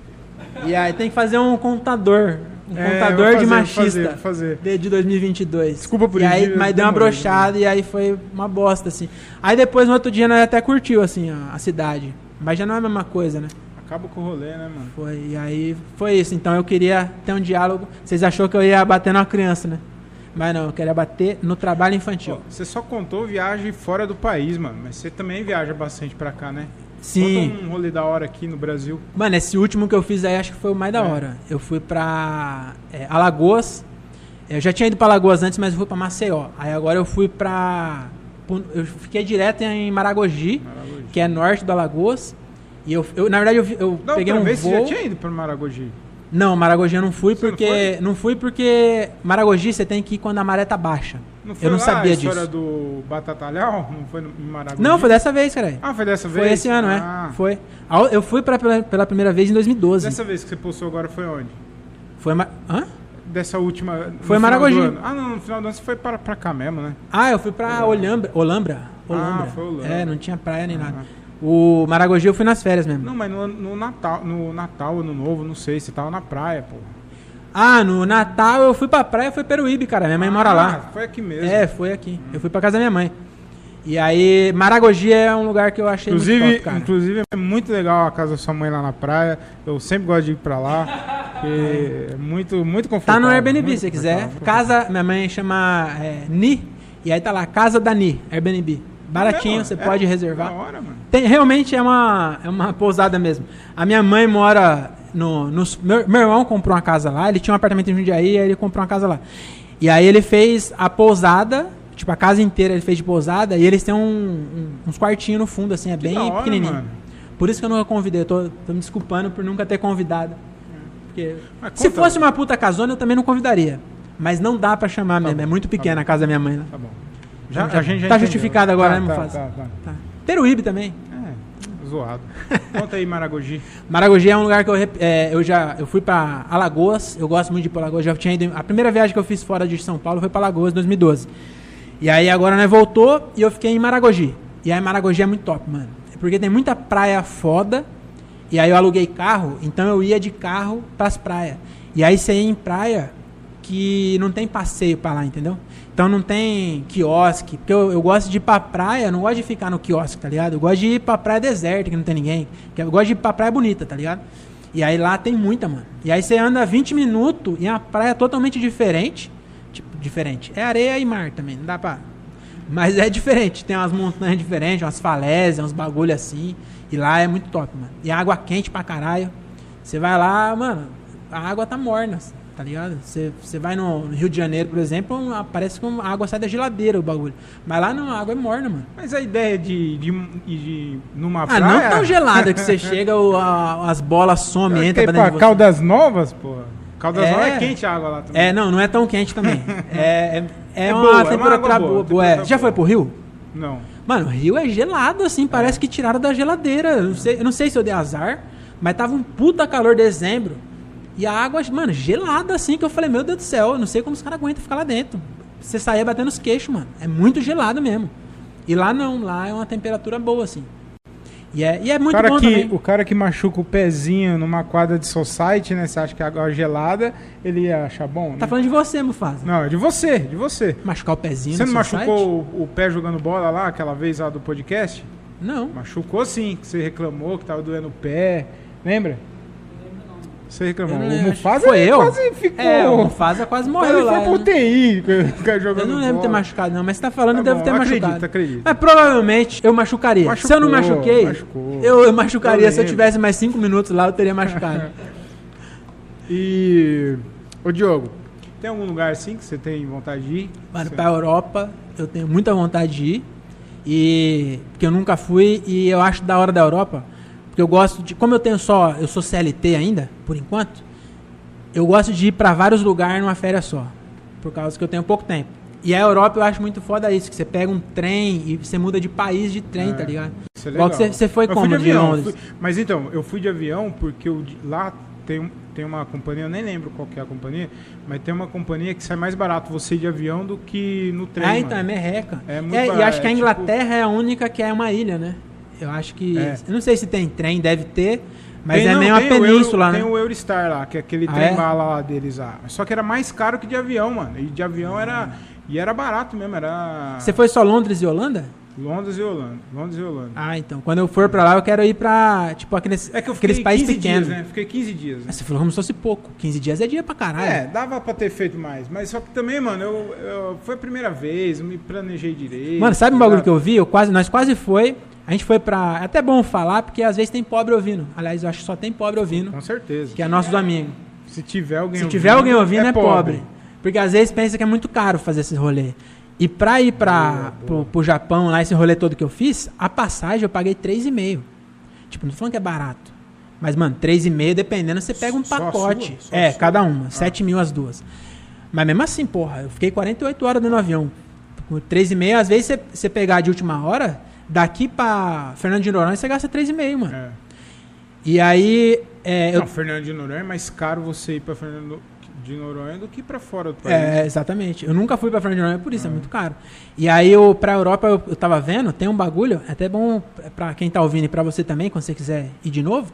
E aí tem que fazer um contador. Contador de machista. Vou fazer. De 2022. Desculpa por e aí, isso, mas deu uma demorei, brochada e aí foi uma bosta, assim. Aí depois, no outro dia, nós até curtiu, assim, a cidade. Mas já não é a mesma coisa, né? Acaba com o rolê, né, mano? Foi, e aí foi isso. Então eu queria ter um diálogo. Vocês achou que eu ia bater numa criança, né? Mas não, eu queria bater no trabalho infantil. Ó, você só contou viagem fora do país, mano. Mas você também viaja bastante pra cá, né? Sim. Conta um rolê da hora aqui no Brasil. Mano, esse último que eu fiz aí acho que foi o mais da hora. Eu fui pra Alagoas. Eu já tinha ido pra Alagoas antes, mas eu fui pra Maceió. Aí agora eu fui pra... Eu fiquei direto em Maragogi, que é norte do Alagoas. E na verdade, eu Da peguei outra um vez voo... você já tinha ido pra Maragogi? Não, Maragogi eu não fui Você porque... Não fui porque Maragogi você tem que ir quando a maré tá baixa. Foi Eu não lá sabia a história disso. do Batatalhau? Não foi em Maragogi? Não, foi dessa vez, cara. Ah, foi dessa vez? Foi esse ano, Ah. Foi. Eu fui pela primeira vez em 2012. Dessa vez que você postou agora foi onde? Foi... Hã? Dessa última... no Foi final Maragogi. do ano. Ah, não, no final do ano você foi pra cá mesmo, né? Ah, eu fui pra Olambra. Ah, foi Olambra. É, não tinha praia nem nada. O Maragogi eu fui nas férias mesmo. Não, mas no Natal, Ano Novo, não sei, você tava na praia, pô. Ah, no Natal eu fui pra praia, foi Peruíbe, cara. Minha mãe mora lá. Foi aqui mesmo. É, foi aqui. Eu fui pra casa da minha mãe. E aí, Maragogi é um lugar que eu achei muito top, cara. Inclusive, é muito legal a casa da sua mãe lá na praia. Eu sempre gosto de ir pra lá. Porque é muito, muito confortável. Tá no Airbnb, muito se quiser. confortável. Casa, minha mãe chama Ni. E aí tá lá, Casa da Ni, Airbnb. Baratinho, você pode reservar. Da hora, mano. Realmente é uma pousada mesmo. A minha mãe mora meu irmão comprou uma casa lá, ele tinha um apartamento em Jundiaí, aí ele comprou uma casa lá. E aí ele fez a pousada, tipo a casa inteira ele fez de pousada, e eles têm uns quartinhos no fundo, assim, é bem da hora, pequenininho. mano. Por isso que eu nunca convidei, eu tô me desculpando por nunca ter convidado. Porque Mas se conta- fosse uma puta casona, eu também não convidaria. Mas não dá pra chamar mesmo, bom, é muito pequena a casa da minha mãe lá. Tá bom. Então, A gente já tá entendeu. justificado agora, Tá, né, tá, Mufasa? tá. Tá. Peruíbe também. Zoado. Conta aí, Maragogi. Maragogi é um lugar que eu fui pra Alagoas, eu gosto muito de ir pra Alagoas, já tinha ido, a primeira viagem que eu fiz fora de São Paulo foi pra Alagoas em 2012. E aí agora nós voltou e eu fiquei em Maragogi. E aí Maragogi é muito top, mano. Porque tem muita praia foda, e aí eu aluguei carro, então eu ia de carro pras praias. E aí você ia em praia que não tem passeio pra lá, entendeu? Então não tem quiosque, porque eu gosto de ir pra praia, eu não gosto de ficar no quiosque, tá ligado? Eu gosto de ir pra praia deserta, que não tem ninguém. Eu gosto de ir pra praia bonita, tá ligado? E aí lá tem muita, mano. E aí você anda 20 minutos e é uma praia totalmente diferente. Tipo, diferente. É areia e mar também, não dá pra... Mas é diferente, tem umas montanhas diferentes, umas falésias, uns bagulho assim. E lá é muito top, mano. E a água quente pra caralho. Você vai lá, mano, a água tá morna, tá ligado? Você vai no Rio de Janeiro, por exemplo, parece que a água sai da geladeira o bagulho. Mas lá não, a água é morna, mano. Mas a ideia de numa Ah, praia... não tão gelada que você chega, as bolas somem, entra Pra pra dentro de você. Caldas Novas, pô. Caldas É. Novas é quente a água lá também. É, não é tão quente também. É É uma boa, é uma temperatura água boa, boa. temperatura Já foi boa. pro Rio? Não. Mano, o Rio é gelado, assim, parece que tiraram da geladeira. Eu não sei se eu dei azar, mas tava um puta calor de dezembro. E a água, mano, gelada, assim, que eu falei, meu Deus do céu, eu não sei como os caras aguentam ficar lá dentro. Você saía batendo os queixos, mano. É muito gelado mesmo. E lá não, lá é uma temperatura boa, assim. E é muito bom também. O cara que machuca o pezinho numa quadra de society, né? Você acha que a água é gelada, ele ia achar bom? Tá falando de você, Mufasa. Não, é de você. Machucar o pezinho Você no não society? machucou o pé jogando bola lá, aquela vez lá do podcast? Não. Machucou sim, que você reclamou que tava doendo o pé. Lembra? Você reclamou. Eu não O lembro, Mufasa foi eu? quase ficou... O Mufasa quase morreu lá. Ele foi pro UTI jogando Eu não lembro de ter bola. machucado, não. Mas você tá falando, Tá eu devo bom, ter acredito, machucado. acredito. Mas provavelmente eu machucaria. Se eu não machuquei, machucou. eu machucaria. Eu Se eu lembro. tivesse mais 5 minutos lá, eu teria machucado. E... Ô Diogo, tem algum lugar assim que você tem vontade de ir? Mano, pra Europa, eu tenho muita vontade de ir. Porque eu nunca fui e eu acho da hora da Europa. Porque eu gosto de... Como eu sou CLT ainda, por enquanto, eu gosto de ir pra vários lugares numa férias só. Por causa que eu tenho pouco tempo. E a Europa eu acho muito foda isso, que você pega um trem e você muda de país de trem, tá ligado? Isso é Igual legal. que você foi Eu como fui de Londres? Mas então, eu fui de avião porque lá tem uma companhia, eu nem lembro qual que é a companhia, mas tem uma companhia que sai mais barato você ir de avião do que no trem. Ah, então, mano. é merreca. É muito E barato, acho que a tipo- Inglaterra é a única que é uma ilha, né? Eu acho que... É. Eu não sei se tem trem, deve ter, mas Tem, é não, meio uma tem o península, né? Tem o Eurostar lá, que é aquele Ah, trem é? bala lá deles lá. Só que era mais caro que de avião, mano. E de avião era... E era barato mesmo, era... Você foi só Londres e Holanda? Londres e Holanda. Londres e Holanda. Ah, então. Quando eu for pra lá, eu quero ir pra, tipo, aqueles É que eu fiquei aqueles países 15 pequenos. dias, né? Fiquei 15 dias, né? Você falou como se fosse pouco. 15 dias é dia pra caralho. É, dava pra ter feito mais. Mas só que também, mano, foi a primeira vez, eu me planejei direito. Mano, sabe um bagulho que eu vi? Nós quase foi. A gente foi pra... É até bom falar, porque às vezes tem pobre ouvindo. Aliás, eu acho que só tem pobre ouvindo, Com certez. que é nossos amigos. Se tiver alguém Se tiver alguém ouvindo, é pobre. Porque às vezes pensa que é muito caro fazer esse rolê. E pra ir pro Japão, lá, esse rolê todo que eu fiz, a passagem eu paguei 3,5. Tipo, não tô falando que é barato. Mas, mano, 3,5, dependendo, você pega um Só a pacote. sua? Só a sua? Cada uma. 7 mil as duas. Mas mesmo assim, porra, eu fiquei 48 horas dentro do avião. Com 3,5, às vezes você pegar de última hora, daqui pra Fernando de Noronha, você gasta 3,5, mano. É. E aí... Não, Fernando de Noronha é mais caro você ir pra Fernando de Noronha do que pra fora do país. Exatamente. Eu nunca fui pra Fernando de Noronha por isso, é muito caro. E aí, pra Europa, eu tava vendo, tem um bagulho, é até bom pra quem tá ouvindo e pra você também, quando você quiser ir de novo.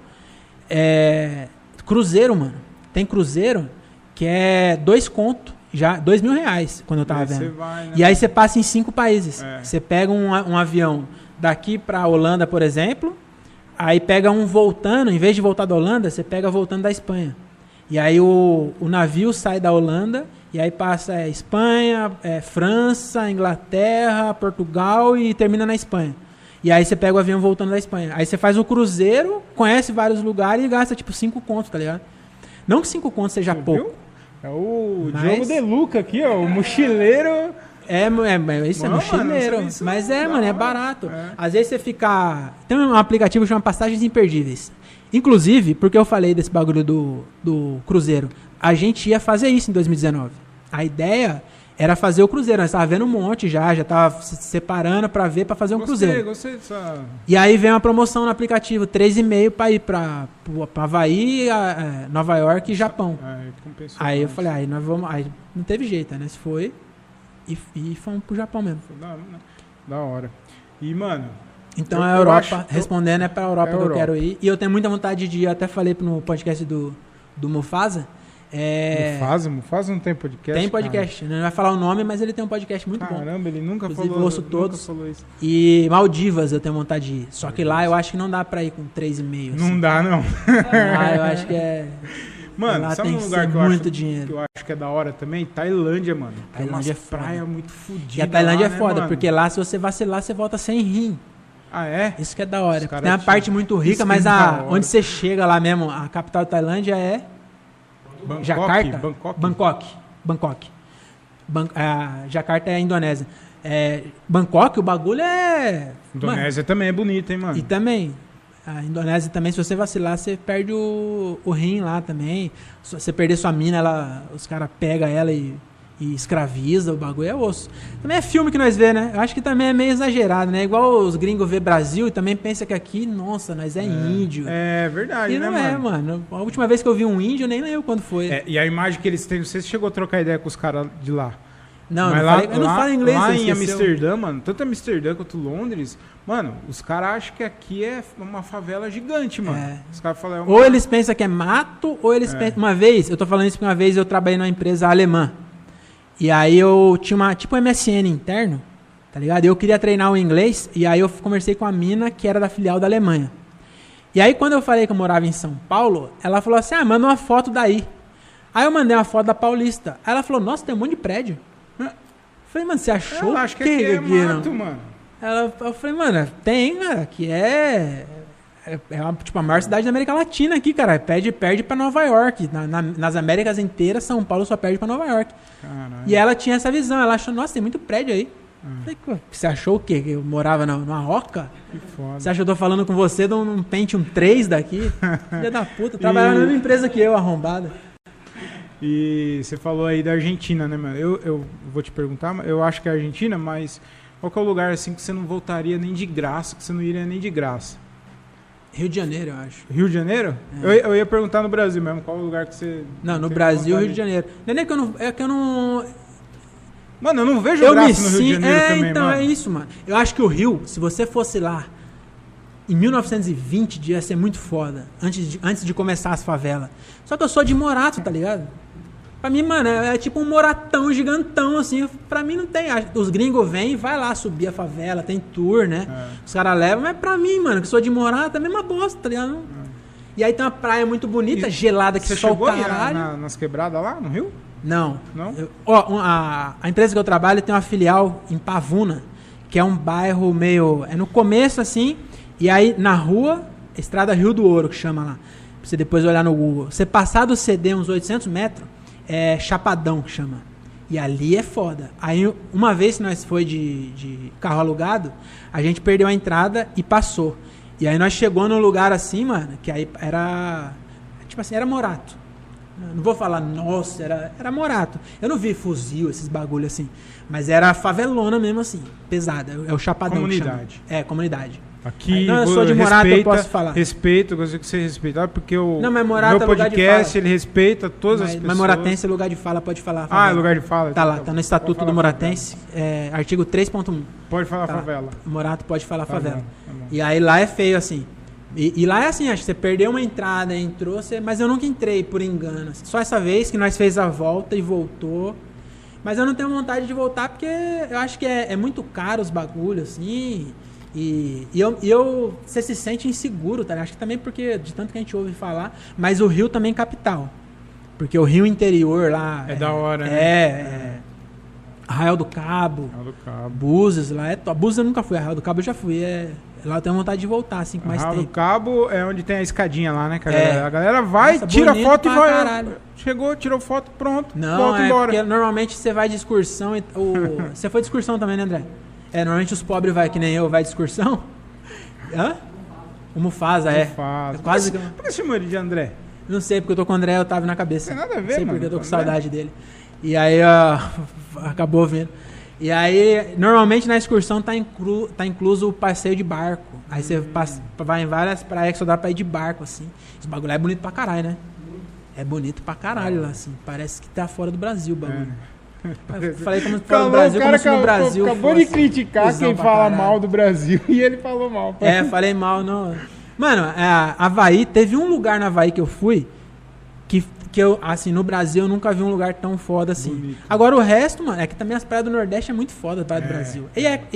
Cruzeiro, mano. Tem cruzeiro que é 2 conto, já R$2.000, quando eu tava Aí vendo. você vai, né? E aí você passa em 5 países. É. Você pega um avião daqui pra Holanda, por exemplo, aí pega um voltando, em vez de voltar da Holanda, você pega voltando da Espanha. E aí o navio sai da Holanda e aí passa Espanha, França, Inglaterra, Portugal e termina na Espanha. E aí você pega o avião voltando da Espanha. Aí você faz o cruzeiro, conhece vários lugares e gasta tipo 5 contos, tá ligado? Não que 5 contos seja pouco. Viu? É o Mas- Diogo De Luca aqui, ó, o mochileiro. Isso é Não, mochileiro. mano, não sabia disso Mas não. mano, Da é hora. barato. É. Às vezes você fica... Tem um aplicativo que chama Passagens Imperdíveis. Inclusive, porque eu falei desse bagulho do cruzeiro, a gente ia fazer isso em 2019. A ideia era fazer o cruzeiro. Nós tava vendo um monte já tava se separando pra ver, pra fazer um cruzeiro. Gostei dessa... E aí veio uma promoção no aplicativo, 3,5 pra ir pra Havaí, Nova York e Japão. compensou Aí eu mais. falei, aí nós vamos... Aí não teve jeito, né? Se foi e fomos pro Japão mesmo. Da hora. E, mano... Então Eu- a eu Europa, acho- respondendo, é pra Europa É que eu Europa. quero ir. E eu tenho muita vontade de ir, eu até falei no podcast do Mufasa. Mufasa não tem podcast? Tem podcast, não vai falar o nome, mas ele tem um podcast muito Cara. bom. Caramba, ele nunca Inclusive, falou, ouço nunca todos. falou isso. E Maldivas eu tenho vontade de ir. Só que lá eu acho que não dá pra ir com 3,5. Não dá, não. Lá eu acho que é... Mano, Lá sabe tem um que lugar ser que eu, muito acho, dinheiro. que eu acho que é da hora também? Tailândia, mano. Tem Tailândia é umas foda. praias muito fodidas. E a Tailândia lá, é foda, né, mano? porque lá se você vacilar, você volta sem rim. Ah, é? Isso que é da hora. Os caras Tem uma te- parte muito rica, Isso mas que é da hora. onde você chega lá mesmo, a capital da Tailândia é Bangkok, Jakarta? Bangkok. Jakarta é a Indonésia. Bangkok, o bagulho é... Indonésia também é bonita, hein, mano? Mano, e também, a Indonésia também, se você vacilar, você perde o rim lá também. Se você perder sua mina, os caras pegam ela e escraviza, o bagulho é osso. Também é filme que nós vê, né? Eu acho que também é meio exagerado, né? Igual os gringos vê Brasil e também pensa que aqui, nossa, nós é índio. É verdade, E né, não é, mano. A última vez que eu vi um índio, eu nem lembro quando foi. E a imagem que eles têm, você chegou a trocar ideia com os caras de lá? Não, Mas eu não falo inglês. Lá você em esqueceu. Amsterdã, mano, tanto Amsterdã quanto Londres, mano, os caras acham que aqui é uma favela gigante, mano. É. Os caras falam... Ou eles pensam que é mato, ou eles pensam... Uma vez, eu tô falando isso porque uma vez eu trabalhei numa empresa alemã. E aí eu tinha tipo um MSN interno, tá ligado? Eu queria treinar o inglês, e aí eu conversei com a mina que era da filial da Alemanha. E aí quando eu falei que eu morava em São Paulo, ela falou assim, manda uma foto daí. Aí eu mandei uma foto da Paulista. Aí ela falou, nossa, tem um monte de prédio. Eu falei, mano, você achou Eu acho que aqui é mato, não? mano. Eu falei, mano, tem, cara, que é tipo a maior cidade da América Latina aqui, cara. Perde pra Nova York. Nas Américas inteiras, São Paulo só perde pra Nova York. Caralho. E ela tinha essa visão. Ela achou, nossa, tem muito prédio aí. Eu falei, você achou o quê? Que eu morava numa roca? Que foda. Você acha que eu tô falando com você de um Pentium 3 daqui? Filha da puta, trabalhava na mesma empresa que eu, arrombada. E você falou aí da Argentina, né, mano? Eu vou te perguntar, eu acho que é a Argentina, mas qual que é o lugar assim que você não voltaria nem de graça, que você não iria nem de graça? Rio de Janeiro, eu acho. Rio de Janeiro? Eu ia perguntar no Brasil mesmo, qual o lugar que você... Não, no você Brasil, voltaria? Rio de Janeiro. Não é nem que eu não... É que eu não... Mano, eu não vejo Eu me graça no Rio de sinto... Janeiro também, então, mano. é isso, mano. Eu acho que o Rio, se você fosse lá em 1920, ia ser muito foda. Antes de começar as favelas. Só que eu sou de Morato, tá ligado? Pra mim, mano, é tipo um moratão gigantão, assim. Pra mim não tem. Os gringos vêm e vai lá subir a favela, tem tour, né? Os caras levam, mas pra mim, mano, que sou de Morato, é a mesma bosta, tá ligado? E aí tem uma praia muito bonita, gelada, que Você só o chegou aí caralho. nas quebradas lá, no Rio? Não. Não? A empresa que eu trabalho tem uma filial em Pavuna, que é um bairro meio... É no começo, assim, e aí na rua, Estrada Rio do Ouro, que chama lá. Pra você depois olhar no Google. Você passar do CD uns 800 metros, é Chapadão, que chama. E ali é foda. Aí, uma vez que nós foi de carro alugado, a gente perdeu a entrada e passou. E aí nós chegou num lugar assim, mano, que aí era... Tipo assim, era Morato. Não vou falar, nossa, era Morato. Eu não vi fuzil, esses bagulho assim. Mas era favelona mesmo assim, pesada. É o Chapadão. Comunidade. Que chama. É, comunidade. Aqui, Não, eu sou de Morato, eu posso falar. Respeito, eu gostaria que você respeitasse, porque o Não, mas Morato meu é lugar de podcast, fala. ele respeita todas as pessoas. Mas Moratense é lugar de fala, pode falar. Ah, favela. é lugar de fala? Tá então lá, tá no Estatuto Pode do falar Moratense, artigo 3.1. favela. Pode falar Tá. favela. Morato pode falar Tá favela. bom, tá bom. E aí lá é feio assim. E lá é assim, acho que você perdeu uma entrada, entrou, mas eu nunca entrei por engano. Assim. Só essa vez que nós fez a volta e voltou. Mas eu não tenho vontade de voltar porque eu acho que é muito caro os bagulhos, assim. E você se sente inseguro, tá? Acho que também porque de tanto que a gente ouve falar. Mas o Rio também é capital. Porque o Rio interior lá... É da hora, né? É. Arraial do Cabo, Arraial do Cabo. Búzios, lá é top. Búzios eu nunca fui, Arraial do Cabo eu já fui. Lá eu tenho vontade de voltar, assim, com mais Arraial do tempo. Cabo é onde tem a escadinha lá, né, cara? É. A galera vai, Nossa, tira bonito foto e pra vai. caralho. Chegou, tirou foto, pronto, Não, volta embora. porque normalmente você vai de excursão. Você foi de excursão também, né, André? Normalmente os pobres vai, que nem eu, vai de excursão. Hã? O Mufasa, é. Mufasa. É quase que... Por que você chama ele de André? Não sei, porque eu tô com o André Otávio na cabeça. Tem nada a ver, Não sei mano, porque eu tô com André. saudade dele. E aí, acabou vindo. E aí, normalmente na excursão tá incluso o passeio de barco. Aí você vai em várias praias que só dá pra ir de barco, assim. Esse bagulho lá é bonito pra caralho, né? É bonito pra caralho lá, assim. Parece que tá fora do Brasil o bagulho. Eu falei como se fora do Brasil, como se no Brasil acabou fosse de criticar cuzão quem pra fala caralho. mal do Brasil e ele falou mal. Falei mal, não. Mano, Havaí, teve um lugar na Havaí que eu fui que eu, assim, no Brasil eu nunca vi um lugar tão foda assim. Bonito. Agora o resto, mano, é que também as praias do Nordeste é muito foda, a praia do Brasil.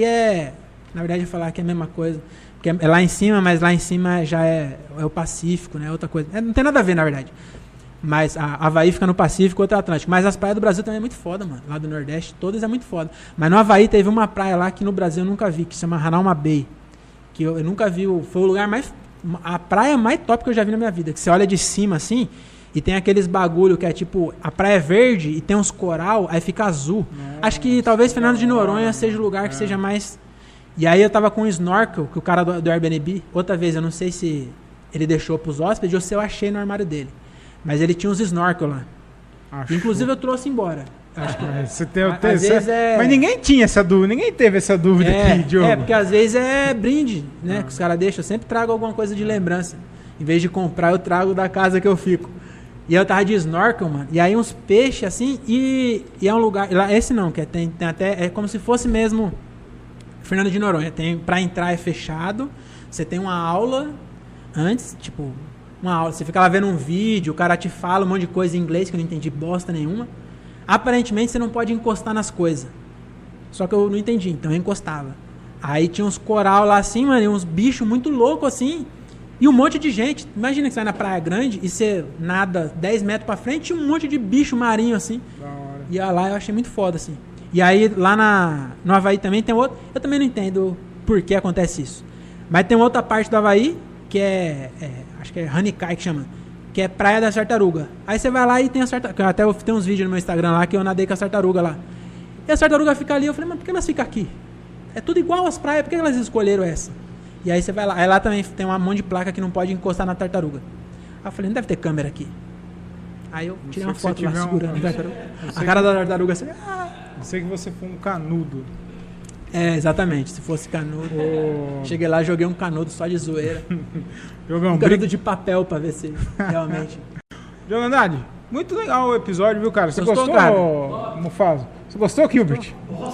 Na verdade, eu falar que é a mesma coisa. Porque é lá em cima, mas lá em cima já é o Pacífico, né? Outra coisa. Não tem nada a ver, na verdade. Mas a Havaí fica no Pacífico, outra Atlântico. Mas as praias do Brasil também é muito foda, mano. Lá do Nordeste, todas é muito foda. Mas no Havaí teve uma praia lá que no Brasil eu nunca vi, que se chama Hanauma Bay. Que eu nunca vi, foi o lugar mais... A praia mais top que eu já vi na minha vida. Que você olha de cima, assim, e tem aqueles bagulho que é tipo... A praia é verde e tem uns coral, aí fica azul. Acho que talvez Fernando de Noronha seja o lugar que seja mais... E aí eu tava com um snorkel, que o cara do Airbnb... Outra vez, eu não sei se ele deixou pros hóspedes ou se eu achei no armário dele. Mas ele tinha uns snorkel lá. Inclusive eu trouxe embora. Acho que Você tem, às vezes Mas ninguém tinha essa dúvida, ninguém teve essa dúvida aqui, Diogo. porque às vezes é brinde, né? Que os caras deixam. Eu sempre trago alguma coisa de lembrança. Em vez de comprar, eu trago da casa que eu fico. E eu tava de snorkel, mano. E aí uns peixes assim, e é um lugar. Lá, esse não, que tem até. É como se fosse mesmo Fernando de Noronha. Pra entrar é fechado. Você tem uma aula antes, tipo, uma aula. Você fica lá vendo um vídeo, o cara te fala um monte de coisa em inglês que eu não entendi bosta nenhuma. Aparentemente você não pode encostar nas coisas. Só que eu não entendi, então eu encostava. Aí tinha uns coral lá assim, mano, e uns bichos muito loucos assim. E um monte de gente. Imagina que você vai na Praia Grande e você nada 10 metros pra frente e um monte de bicho marinho assim. Da hora. E lá eu achei muito foda, assim. E aí lá no Havaí também tem outro. Eu também não entendo por que acontece isso. Mas tem outra parte do Havaí que acho que é Hanikai que chama. Que é Praia da Tartaruga. Aí você vai lá e tem a tartaruga. Até eu tenho uns vídeos no meu Instagram lá que eu nadei com a tartaruga lá. E a tartaruga fica ali. Eu falei, mas por que elas ficam aqui? É tudo igual às praias, por que elas escolheram essa? E aí você vai lá. Aí lá também tem um monte de placa que não pode encostar na tartaruga. Aí eu falei, não deve ter câmera aqui. Aí eu tirei uma foto lá segurando a tartaruga. A cara da tartaruga assim. Eu sei que você foi um canudo. É, exatamente. Se fosse canudo. Cheguei lá, joguei um canudo só de zoeira. Um canudo de papel pra ver se realmente. Diogo Andrade, muito legal o episódio, viu, cara? Você gostou, cara? Mufasa? Você gostou, Gilbert?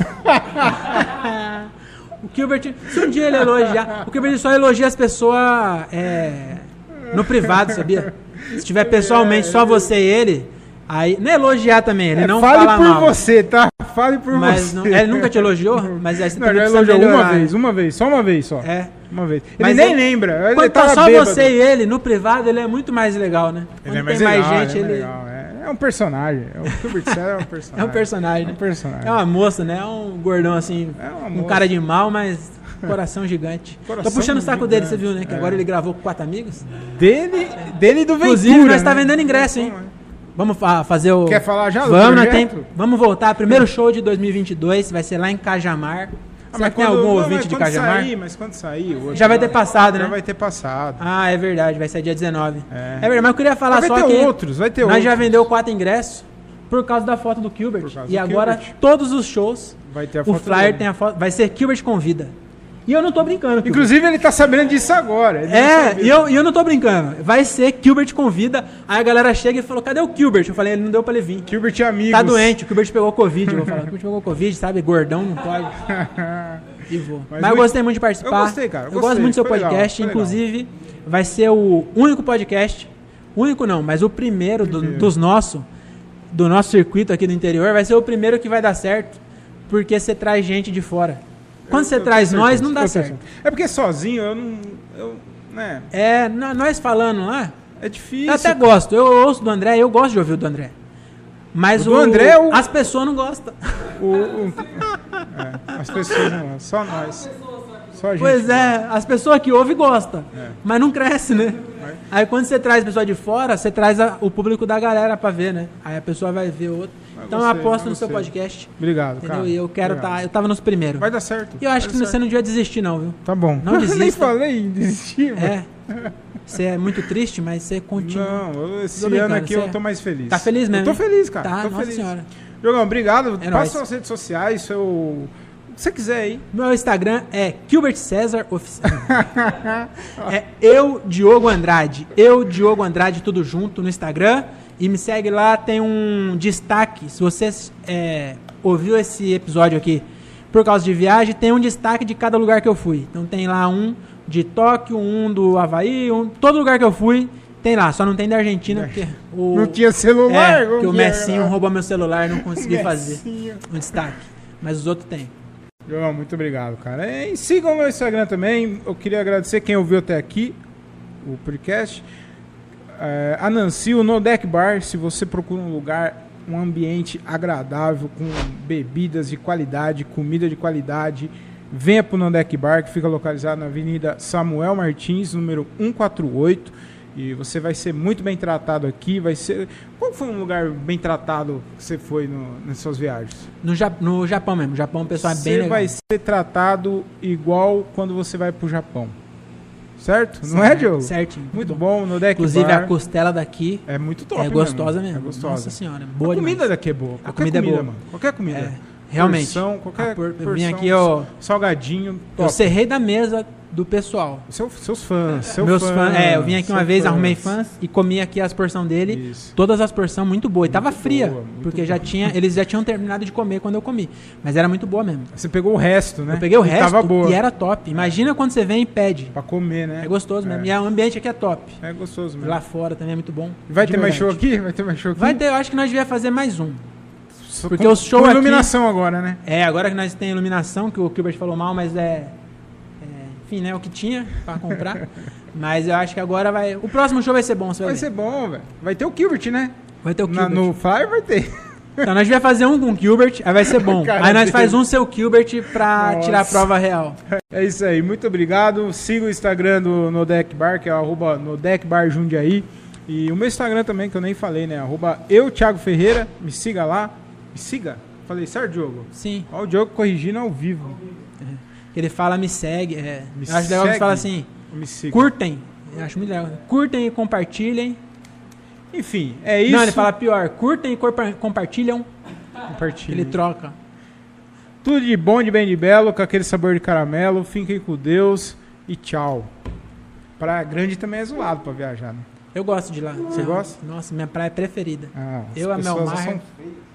O Gilbert, se um dia ele elogiar, o Gilbert só elogia as pessoas no privado, sabia? Se tiver pessoalmente só você e ele, aí não é elogiar também, ele não fala mal. Fale por você, tá? Fale por você. Não, ele nunca te elogiou, mas aí você não, ele elogiou uma vez, só uma vez só. É. Uma vez. Ele mas nem lembra. Ele quando tá só bêbado. você e ele no privado, ele é muito mais legal, né? Quando ele é mais tem legal, mais gente, ele é legal. É um personagem. O Gilbert César é um personagem. É um personagem, né? É um personagem. É uma moça, né? É um gordão assim, um cara de mal, mas coração gigante. Coração Tô puxando o saco gigante, dele, você viu, né? Que agora ele gravou com 4 amigos. Dele e do Ventura. Inclusive, nós tá vendendo ingresso, hein? Vamos fazer o... Quer falar já do Vamos, projeto? Vamos voltar. Primeiro show de 2022, vai ser lá em Cajamar. Será que tem algum ouvinte de Cajamar? Mas quando sair... Já vai ter passado, né? Já vai ter passado. Ah, é verdade. Vai ser dia 19. É verdade, mas eu queria falar só que... Vai ter outros. Nós já vendeu 4 ingressos por causa da foto do Gilbert. E agora, todos os shows, vai ter a foto o flyer dele. tem a foto... Vai ser Gilbert Convida. E eu não tô brincando. Gilbert. Inclusive, ele tá sabendo disso agora. E eu não tô brincando. Vai ser Gilbert Convida. Aí a galera chega e falou, cadê o Gilbert? Eu falei, ele não deu pra ele vir. Gilbert é amigo. Tá doente, o Gilbert pegou Covid. Eu vou falar, o Gilbert pegou Covid, sabe? Gordão, não pode. E vou. Mas eu gostei muito de participar. Eu gostei, cara. Eu gosto muito do seu podcast. Legal, inclusive, vai ser o único podcast. Único não, mas o primeiro do nosso circuito aqui do interior. Vai ser o primeiro que vai dar certo. Porque você traz gente de fora. Quando você traz nós, não dá certo. É porque sozinho eu não... né? Nós falando lá... É difícil. Eu até gosto. Eu ouço do André, eu gosto de ouvir o do André. Mas do André, as pessoas não gostam. As pessoas não gostam. Só nós. Só a gente. Pois é, as pessoas que ouvem gostam. Mas não cresce, né? Aí quando você traz pessoa de fora, você traz o público da galera pra ver, né? Aí a pessoa vai ver outro. Então eu aposto no seu podcast. Obrigado, entendeu? cara. E eu quero estar... Eu tava nos primeiros. Vai dar certo. E eu acho que você não devia desistir, não, viu? Tá bom. Não desista. Nem falei em desistir, mano. Você é muito triste, mas você continua. Não, esse ano aqui eu tô mais feliz. Tá feliz mesmo? Eu tô feliz, cara. Tá, tô nossa feliz. senhora. Jogão, obrigado. É Passa suas redes sociais, o que você quiser aí. Meu Instagram é Gilbert César Oficial. É Diogo Andrade. Diogo Andrade, tudo junto no Instagram. E me segue lá, tem um destaque. Se você ouviu esse episódio aqui por causa de viagem, tem um destaque de cada lugar que eu fui. Então tem lá um de Tóquio, um do Havaí, todo lugar que eu fui tem lá. Só não tem da Argentina, porque não tinha celular. Porque o Messinho roubou meu celular e não consegui fazer um destaque. Mas os outros tem. João, muito obrigado, cara. E sigam o meu Instagram também. Eu queria agradecer quem ouviu até aqui o podcast. A Nancy, o No Deck Bar, se você procura um lugar, um ambiente agradável, com bebidas de qualidade, comida de qualidade, venha para o No Deck Bar, que fica localizado na Avenida Samuel Martins, número 148, e você vai ser muito bem tratado aqui. Qual foi um lugar bem tratado que você foi nas suas viagens? No Japão mesmo. No Japão o pessoal é bem legal. Você vai ser tratado igual quando você vai para o Japão. Certo? Não é, Diogo? Certinho. Muito bom, no Deck Inclusive, Bar. A costela daqui é muito top. É gostosa mesmo. É gostosa. Nossa senhora, boa a comida demais. daqui é boa. A comida é boa, mano. Qualquer comida. Realmente. Qualquer porção, eu vim aqui, salgadinho. Eu serrei da mesa do pessoal. Seus fãs. Meus fãs. Eu vim aqui uma vez, arrumei fãs e comi aqui as porções dele. Isso. Todas as porções muito boas. E tava Muito fria, boa, muito porque boa. eles já tinham terminado de comer quando eu comi. Mas era muito boa mesmo. Você pegou o resto, né? Eu peguei o E resto tava boa. e era top. Imagina quando você vem e pede. Pra comer, né? É gostoso mesmo. E o ambiente aqui é top. É gostoso mesmo. Lá fora também é muito bom. Vai De ter mais show verdade. aqui? Vai ter mais show aqui? Vai ter, eu acho que nós devíamos fazer mais um. Porque com, o show com aqui- iluminação agora, né? Agora que nós temos iluminação, que o Gilbert falou mal, mas enfim, né, o que tinha pra comprar. Mas eu acho que agora vai... O próximo show vai ser bom, você vai Vai ver. ser bom, velho. Vai ter o Gilbert, né? Vai ter o Gilbert. No Flyer vai ter. Então nós devia fazer um com o Gilbert, aí vai ser bom. Cara Aí nós dele. faz um seu Gilbert pra Nossa. tirar a prova real. É isso aí, muito obrigado. Siga o Instagram do No Deck Bar, que é o @NoDeckBarJundiaí. E o meu Instagram também, que eu nem falei, né? @Thiago Ferreira. Me siga lá. Me siga? Falei certo, Diogo? Sim. Ó, o Diogo corrigindo ao vivo. Ele fala, me segue. Me eu acho legal que segue. você fala assim, Me siga. curtem. Eu acho muito legal. Curtem e compartilhem. Enfim, é isso. Não, ele fala pior. Curtem e compartilham. Compartilha. Ele troca. Tudo de bom, de bem, de belo, com aquele sabor de caramelo. Fiquem com Deus e tchau. Praia Grande também é zoado pra viajar, né? Eu gosto de lá. Você gosta? Nossa, minha praia preferida. Ah, as Eu, a pessoas Melmar. são feias.